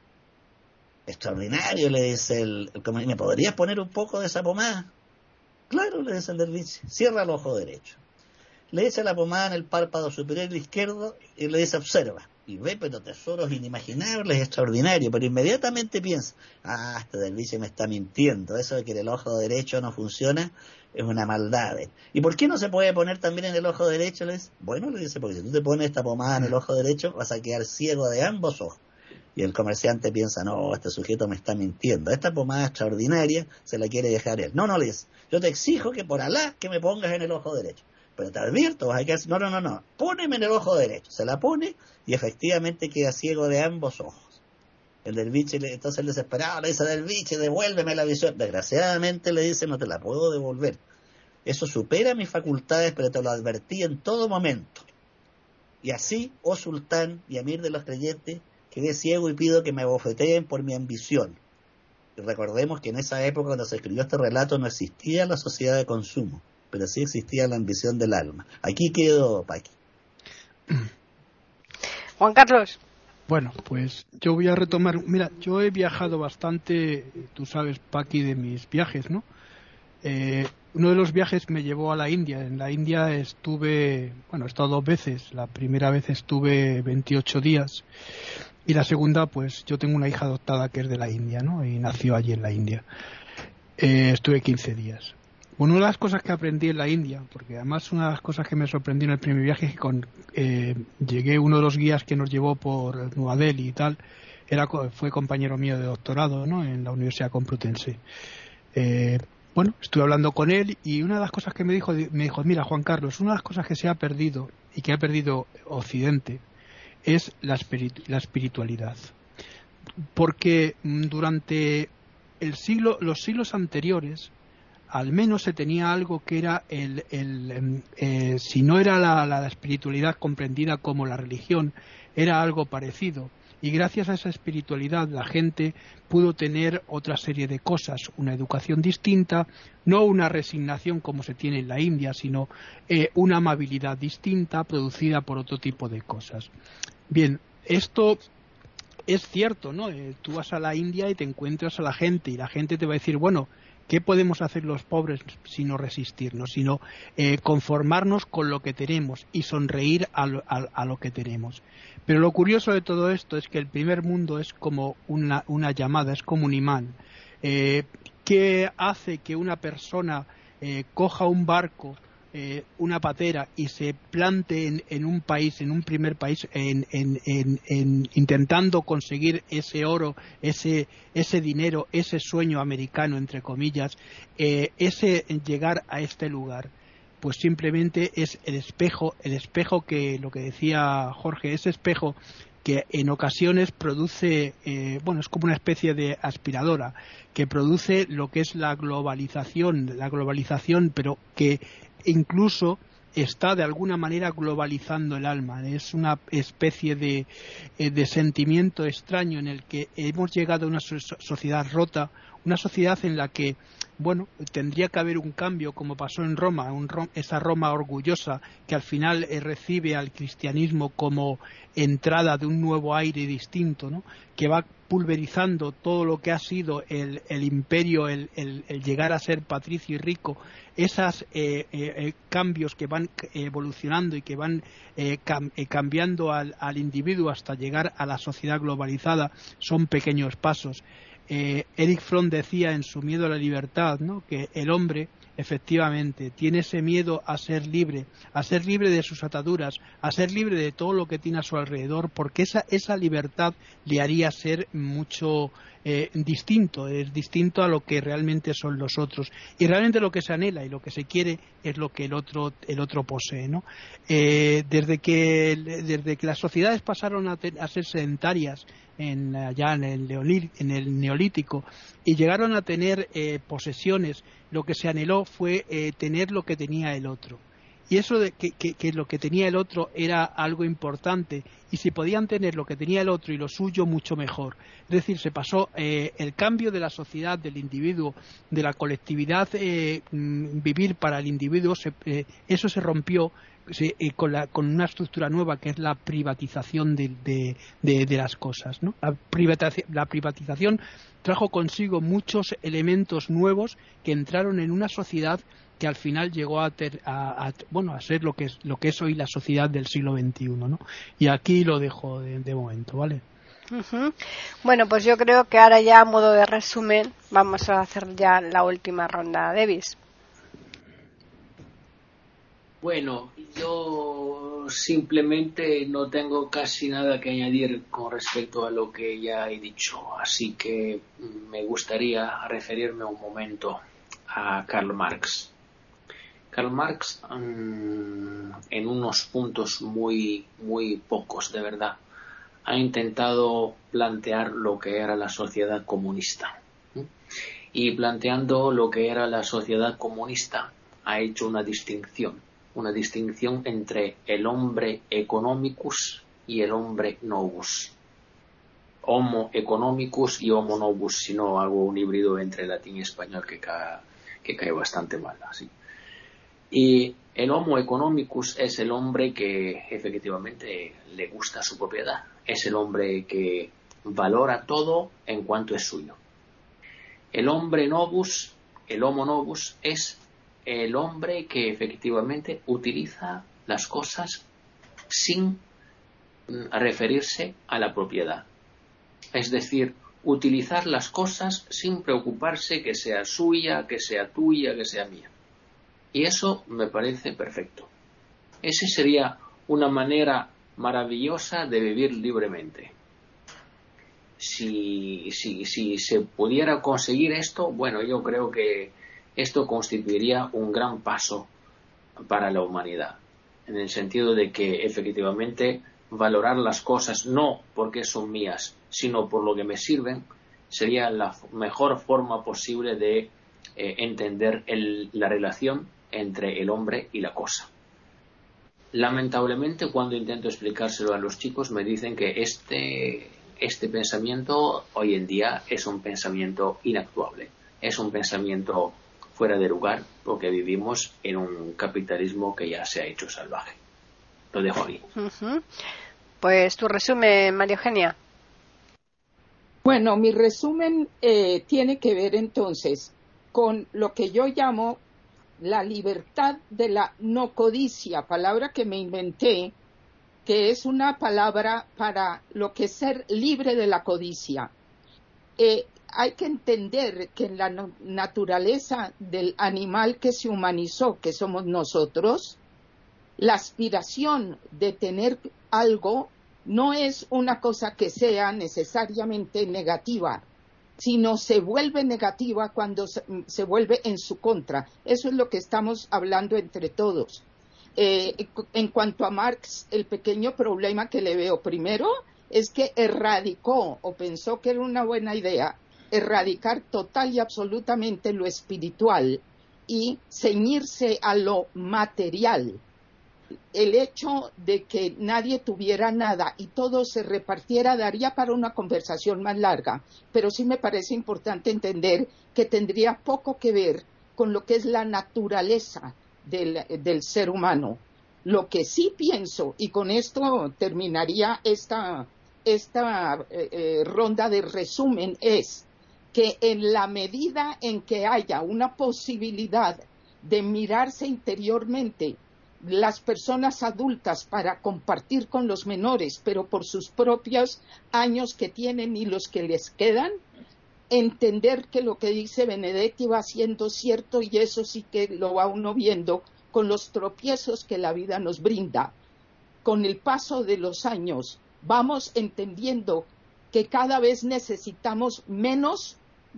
Extraordinario, le dice el comerciante. ¿Me podrías poner un poco de esa pomada? Claro, le dice el derviche. Cierra el ojo derecho. Le echa la pomada en el párpado superior izquierdo y le dice: observa. Y ve, pero tesoros inimaginables, extraordinarios. Pero inmediatamente piensa: este derviche me está mintiendo. Eso de que el ojo derecho no funciona es una maldad. ¿Y por qué no se puede poner también en el ojo derecho? Le dice: bueno, le dice, porque si tú te pones esta pomada en el ojo derecho vas a quedar ciego de ambos ojos. Y el comerciante piensa: no, este sujeto me está mintiendo. Esta pomada extraordinaria se la quiere dejar él. No, le dice: yo te exijo que por Alá que me pongas en el ojo derecho. Pero te advierto, vas a quedar... No. Póneme en el ojo derecho. Se la pone y efectivamente queda ciego de ambos ojos. El derviche, entonces el desesperado le dice: derviche, devuélveme la visión. Desgraciadamente le dice: no te la puedo devolver. Eso supera mis facultades, pero te lo advertí en todo momento. Y así, oh sultán y amir de los creyentes, quedé ciego y pido que me abofeteen por mi ambición. Y recordemos que en esa época, cuando se escribió este relato, no existía la sociedad de consumo, pero sí existía la ambición del alma. Aquí quedo, Paqui.
Juan Carlos.
Bueno, pues yo voy a retomar. Mira, yo he viajado bastante, tú sabes, Paqui, de mis viajes, ¿no? Uno de los viajes me llevó a la India. En la India he estado 2 veces. La primera vez estuve 28 días. Y la segunda, pues yo tengo una hija adoptada que es de la India, ¿no? Y nació allí en la India. Estuve 15 días. Una de las cosas que aprendí en la India, porque además una de las cosas que me sorprendió en el primer viaje es que llegué, uno de los guías que nos llevó por Nueva Delhi y tal, fue compañero mío de doctorado, ¿no? En la Universidad Complutense. Estuve hablando con él y una de las cosas que me dijo, mira, Juan Carlos, una de las cosas que se ha perdido y que ha perdido Occidente es la espiritualidad. Porque durante los siglos anteriores, al menos se tenía algo que era si no era la espiritualidad comprendida como la religión, era algo parecido. Y gracias a esa espiritualidad la gente pudo tener otra serie de cosas, una educación distinta, no una resignación como se tiene en la India, sino una amabilidad distinta producida por otro tipo de cosas. Bien, esto es cierto, ¿no? Tú vas a la India y te encuentras a la gente y la gente te va a decir: bueno, ¿qué podemos hacer los pobres sino resistirnos, sino conformarnos con lo que tenemos y sonreír a lo que tenemos? Pero lo curioso de todo esto es que el primer mundo es como una llamada, es como un imán. ¿Qué hace que una persona coja un barco, una patera, y se plante en un país, en un primer país, intentando conseguir ese oro, ese dinero, ese sueño americano, entre comillas, ese llegar a este lugar? Pues simplemente es el espejo que, lo que decía Jorge, ese espejo que en ocasiones produce, es como una especie de aspiradora que produce lo que es la globalización, pero que incluso está de alguna manera globalizando el alma. Es una especie de sentimiento extraño en el que hemos llegado a una sociedad rota, una sociedad en la que tendría que haber un cambio, como pasó en Roma, esa Roma orgullosa que al final recibe al cristianismo como entrada de un nuevo aire distinto, ¿no? Que va pulverizando todo lo que ha sido el imperio, el llegar a ser patricio y rico. Esos cambios que van evolucionando y que van cambiando al individuo hasta llegar a la sociedad globalizada son pequeños pasos. Erich Fromm decía en su Miedo a la libertad, ¿no?, que el hombre efectivamente tiene ese miedo a ser libre de sus ataduras, a ser libre de todo lo que tiene a su alrededor, porque esa libertad le haría ser mucho distinto a lo que realmente son los otros, y realmente lo que se anhela y lo que se quiere es lo que el otro posee, ¿no? Desde que las sociedades pasaron a ser sedentarias ya en el neolítico y llegaron a tener posesiones, lo que se anheló fue tener lo que tenía el otro. Y eso de que lo que tenía el otro era algo importante, y si podían tener lo que tenía el otro y lo suyo, mucho mejor. Es decir, se pasó el cambio de la sociedad, del individuo, de la colectividad, vivir para el individuo, eso se rompió con una estructura nueva, que es la privatización de las cosas, ¿no? La privatización trajo consigo muchos elementos nuevos que entraron en una sociedad que al final llegó a ser lo que es hoy la sociedad del siglo XXI, ¿no? Y aquí lo dejo de momento, ¿vale?
Uh-huh. Bueno, pues yo creo que ahora ya a modo de resumen vamos a hacer ya la última ronda. Davis.
Bueno, yo simplemente no tengo casi nada que añadir con respecto a lo que ya he dicho, así que me gustaría referirme un momento a Karl Marx. Karl Marx, en unos puntos muy, muy pocos, de verdad, ha intentado plantear lo que era la sociedad comunista. Y planteando lo que era la sociedad comunista, ha hecho una distinción entre el hombre economicus y el hombre novus. Homo economicus y homo novus, si no hago un híbrido entre latín y español que cae bastante mal, así. Y el homo economicus es el hombre que efectivamente le gusta su propiedad, es el hombre que valora todo en cuanto es suyo. El hombre novus, el homo novus, es el hombre que efectivamente utiliza las cosas sin referirse a la propiedad. Es decir, utilizar las cosas sin preocuparse que sea suya, que sea tuya, que sea mía. Y eso me parece perfecto. Esa sería una manera maravillosa de vivir libremente. Si se pudiera conseguir esto, bueno, yo creo que esto constituiría un gran paso para la humanidad, en el sentido de que efectivamente valorar las cosas no porque son mías, sino por lo que me sirven, sería la mejor forma posible de entender la relación entre el hombre y la cosa. Lamentablemente, cuando intento explicárselo a los chicos, me dicen que este pensamiento hoy en día es un pensamiento inactuable, es un pensamiento fuera de lugar, porque vivimos en un capitalismo que ya se ha hecho salvaje. Lo dejo ahí.
Uh-huh. Pues tu resumen, María Eugenia.
Bueno, mi resumen tiene que ver entonces con lo que yo llamo la libertad de la no codicia, palabra que me inventé, que es una palabra para lo que es ser libre de la codicia. Hay que entender que en la naturaleza del animal que se humanizó, que somos nosotros, la aspiración de tener algo no es una cosa que sea necesariamente negativa, sino se vuelve negativa cuando se vuelve en su contra. Eso es lo que estamos hablando entre todos. En cuanto a Marx, el pequeño problema que le veo primero es que erradicó, o pensó que era una buena idea, erradicar total y absolutamente lo espiritual y ceñirse a lo material. El hecho de que nadie tuviera nada y todo se repartiera daría para una conversación más larga, pero sí me parece importante entender que tendría poco que ver con lo que es la naturaleza del ser humano. Lo que sí pienso, y con esto terminaría esta ronda de resumen, es que en la medida en que haya una posibilidad de mirarse interiormente las personas adultas para compartir con los menores, pero por sus propios años que tienen y los que les quedan, entender que lo que dice Benedetti va siendo cierto, y eso sí que lo va uno viendo con los tropiezos que la vida nos brinda. Con el paso de los años vamos entendiendo que cada vez necesitamos menos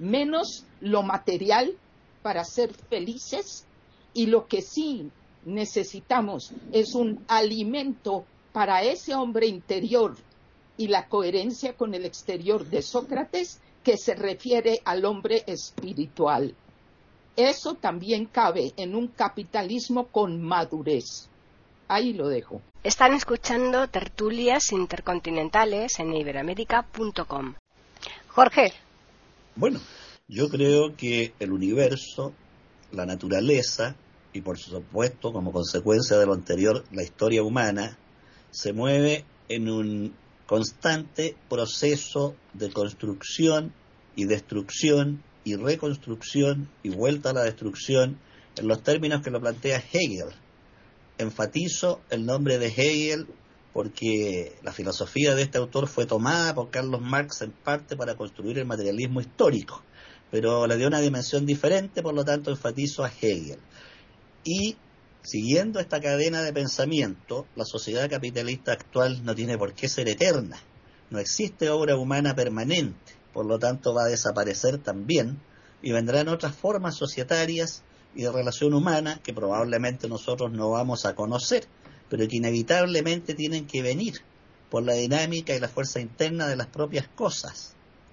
lo material para ser felices, y lo que sí necesitamos es un alimento para ese hombre interior y la coherencia con el exterior de Sócrates, que se refiere al hombre espiritual. Eso también cabe en un capitalismo con madurez. Ahí lo dejo.
Están escuchando Tertulias Intercontinentales en iberoamérica.com. Jorge.
Bueno, yo creo que el universo, la naturaleza y por supuesto como consecuencia de lo anterior la historia humana se mueve en un constante proceso de construcción y destrucción y reconstrucción y vuelta a la destrucción en los términos que lo plantea Hegel. Enfatizo el nombre de Hegel porque la filosofía de este autor fue tomada por Carlos Marx en parte para construir el materialismo histórico, pero le dio una dimensión diferente, por lo tanto enfatizo a Hegel. Y siguiendo esta cadena de pensamiento, la sociedad capitalista actual no tiene por qué ser eterna. No existe obra humana permanente, por lo tanto va a desaparecer también, y vendrán otras formas societarias y de relación humana que probablemente nosotros no vamos a conocer, pero que inevitablemente tienen que venir por la dinámica y la fuerza interna de las propias cosas.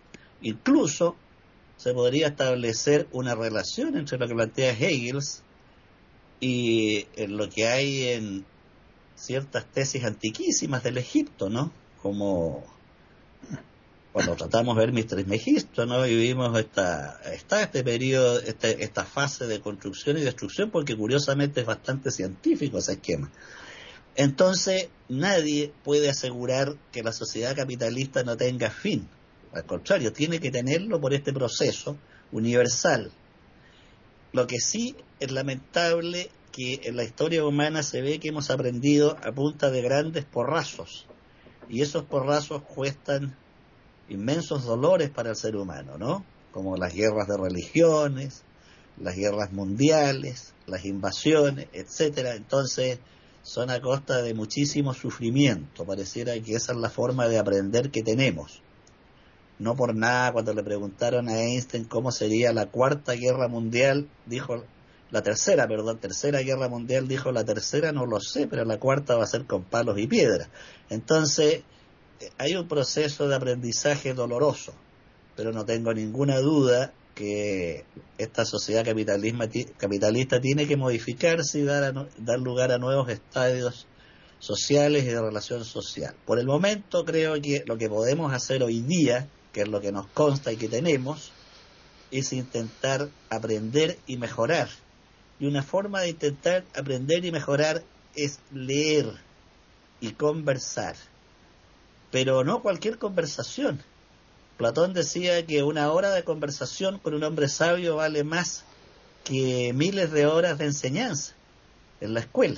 Incluso se podría establecer una relación entre lo que plantea Hegel y en lo que hay en ciertas tesis antiquísimas del Egipto, ¿no? Como cuando tratamos de ver Mr. Trismegisto, ¿no? Y vimos este periodo, esta fase de construcción y destrucción, porque curiosamente es bastante científico ese esquema. Entonces, nadie puede asegurar que la sociedad capitalista no tenga fin. Al contrario, tiene que tenerlo por este proceso universal. Lo que sí es lamentable que en la historia humana se ve que hemos aprendido a punta de grandes porrazos, y esos porrazos cuestan inmensos dolores para el ser humano, ¿no? Como las guerras de religiones, las guerras mundiales, las invasiones, etcétera. Entonces son a costa de muchísimo sufrimiento. Pareciera que esa es la forma de aprender que tenemos. No por nada, cuando le preguntaron a Einstein cómo sería la tercera guerra mundial, dijo, la tercera guerra mundial, dijo, la tercera no lo sé, pero la cuarta va a ser con palos y piedras. Entonces, hay un proceso de aprendizaje doloroso, pero no tengo ninguna duda que esta sociedad capitalista tiene que modificarse y dar lugar a nuevos estadios sociales y de relación social. Por el momento creo que lo que podemos hacer hoy día, que es lo que nos consta y que tenemos, es intentar aprender y mejorar. Y una forma de intentar aprender y mejorar es leer y conversar. Pero no cualquier conversación. Platón decía que una hora de conversación con un hombre sabio vale más que miles de horas de enseñanza en la escuela,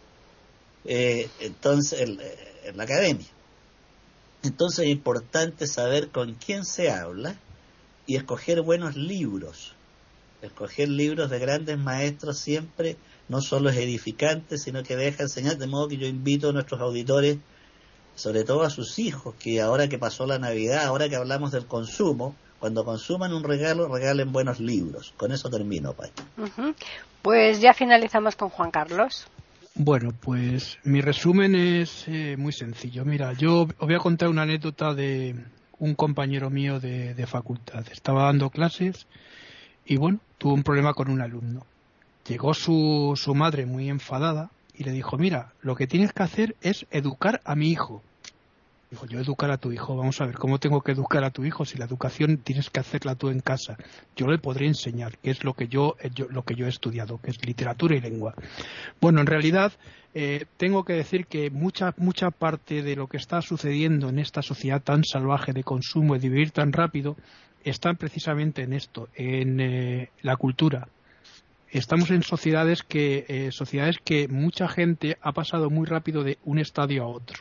entonces en la academia. Entonces es importante saber con quién se habla y escoger buenos libros. Escoger libros de grandes maestros siempre no solo es edificante, sino que deja enseñar, de modo que yo invito a nuestros auditores, sobre todo a sus hijos, que ahora que pasó la Navidad, ahora que hablamos del consumo, cuando consuman un regalo, regalen buenos libros. Con eso termino, Pai.
Pues ya finalizamos con Juan Carlos.
Bueno, pues mi resumen es muy sencillo. Mira, yo os voy a contar una anécdota de un compañero mío de facultad. Estaba dando clases y bueno, tuvo un problema con un alumno. Llegó su madre muy enfadada y le dijo, mira, lo que tienes que hacer es educar a mi hijo. Dijo, yo educar a tu hijo, vamos a ver, ¿cómo tengo que educar a tu hijo si la educación tienes que hacerla tú en casa? Yo le podré enseñar, que es lo que yo he estudiado, que es literatura y lengua. Bueno, en realidad tengo que decir que mucha parte de lo que está sucediendo en esta sociedad tan salvaje de consumo y de vivir tan rápido está precisamente en esto, en la cultura. Estamos en sociedades que mucha gente ha pasado muy rápido de un estadio a otro.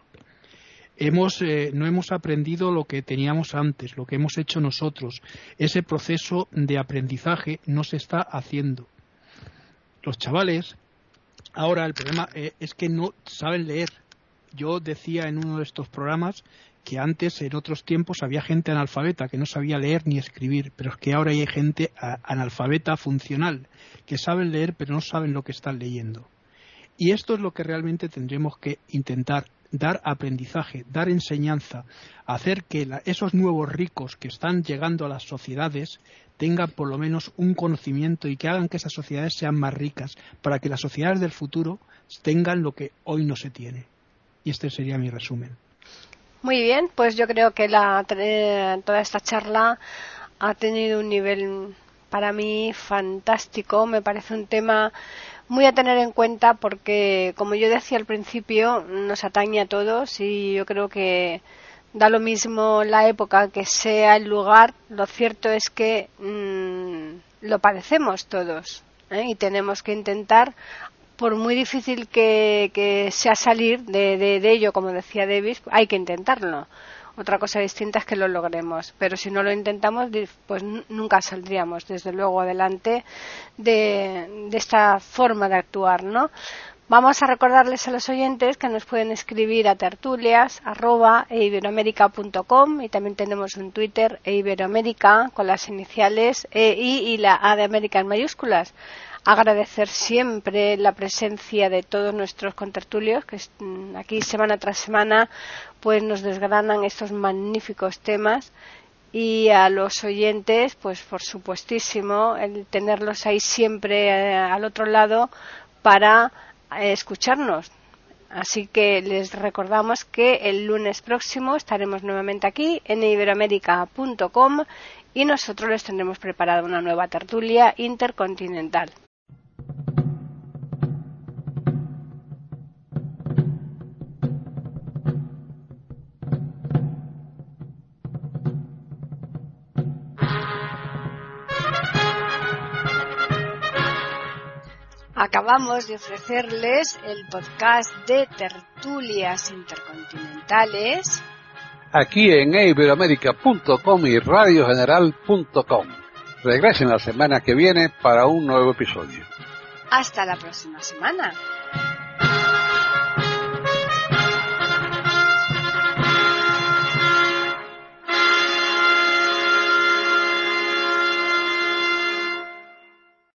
No hemos aprendido lo que teníamos antes, lo que hemos hecho nosotros. Ese proceso de aprendizaje no se está haciendo. Los chavales, ahora el problema es que no saben leer. Yo decía en uno de estos programas que antes, en otros tiempos, había gente analfabeta que no sabía leer ni escribir, pero es que ahora hay gente analfabeta funcional, que saben leer pero no saben lo que están leyendo. Y esto es lo que realmente tendremos que intentar, dar aprendizaje, dar enseñanza, hacer que esos nuevos ricos que están llegando a las sociedades tengan por lo menos un conocimiento y que hagan que esas sociedades sean más ricas, para que las sociedades del futuro tengan lo que hoy no se tiene. Y este sería mi resumen.
Muy bien, pues yo creo que toda esta charla ha tenido un nivel para mí fantástico. Me parece un tema muy a tener en cuenta porque, como yo decía al principio, nos atañe a todos y yo creo que da lo mismo la época que sea el lugar. Lo cierto es que lo padecemos todos, y tenemos que intentar, por muy difícil que sea salir de ello, como decía Davis, hay que intentarlo. Otra cosa distinta es que lo logremos, pero si no lo intentamos, pues nunca saldríamos, desde luego, adelante de esta forma de actuar, ¿no? Vamos a recordarles a los oyentes que nos pueden escribir a tertulias@eiberoamerica.com y también tenemos un Twitter, eiberoamerica, con las iniciales EI y la A de América en mayúsculas. Agradecer siempre la presencia de todos nuestros contertulios que aquí semana tras semana pues nos desgranan estos magníficos temas, y a los oyentes pues por supuestísimo el tenerlos ahí siempre al otro lado para escucharnos. Así que les recordamos que el lunes próximo estaremos nuevamente aquí en iberoamerica.com y nosotros les tendremos preparada una nueva tertulia intercontinental. Acabamos de ofrecerles el podcast de Tertulias Intercontinentales
aquí en iberoamerica.com y radiogeneral.com. Regresen la semana que viene para un nuevo episodio.
Hasta la próxima semana.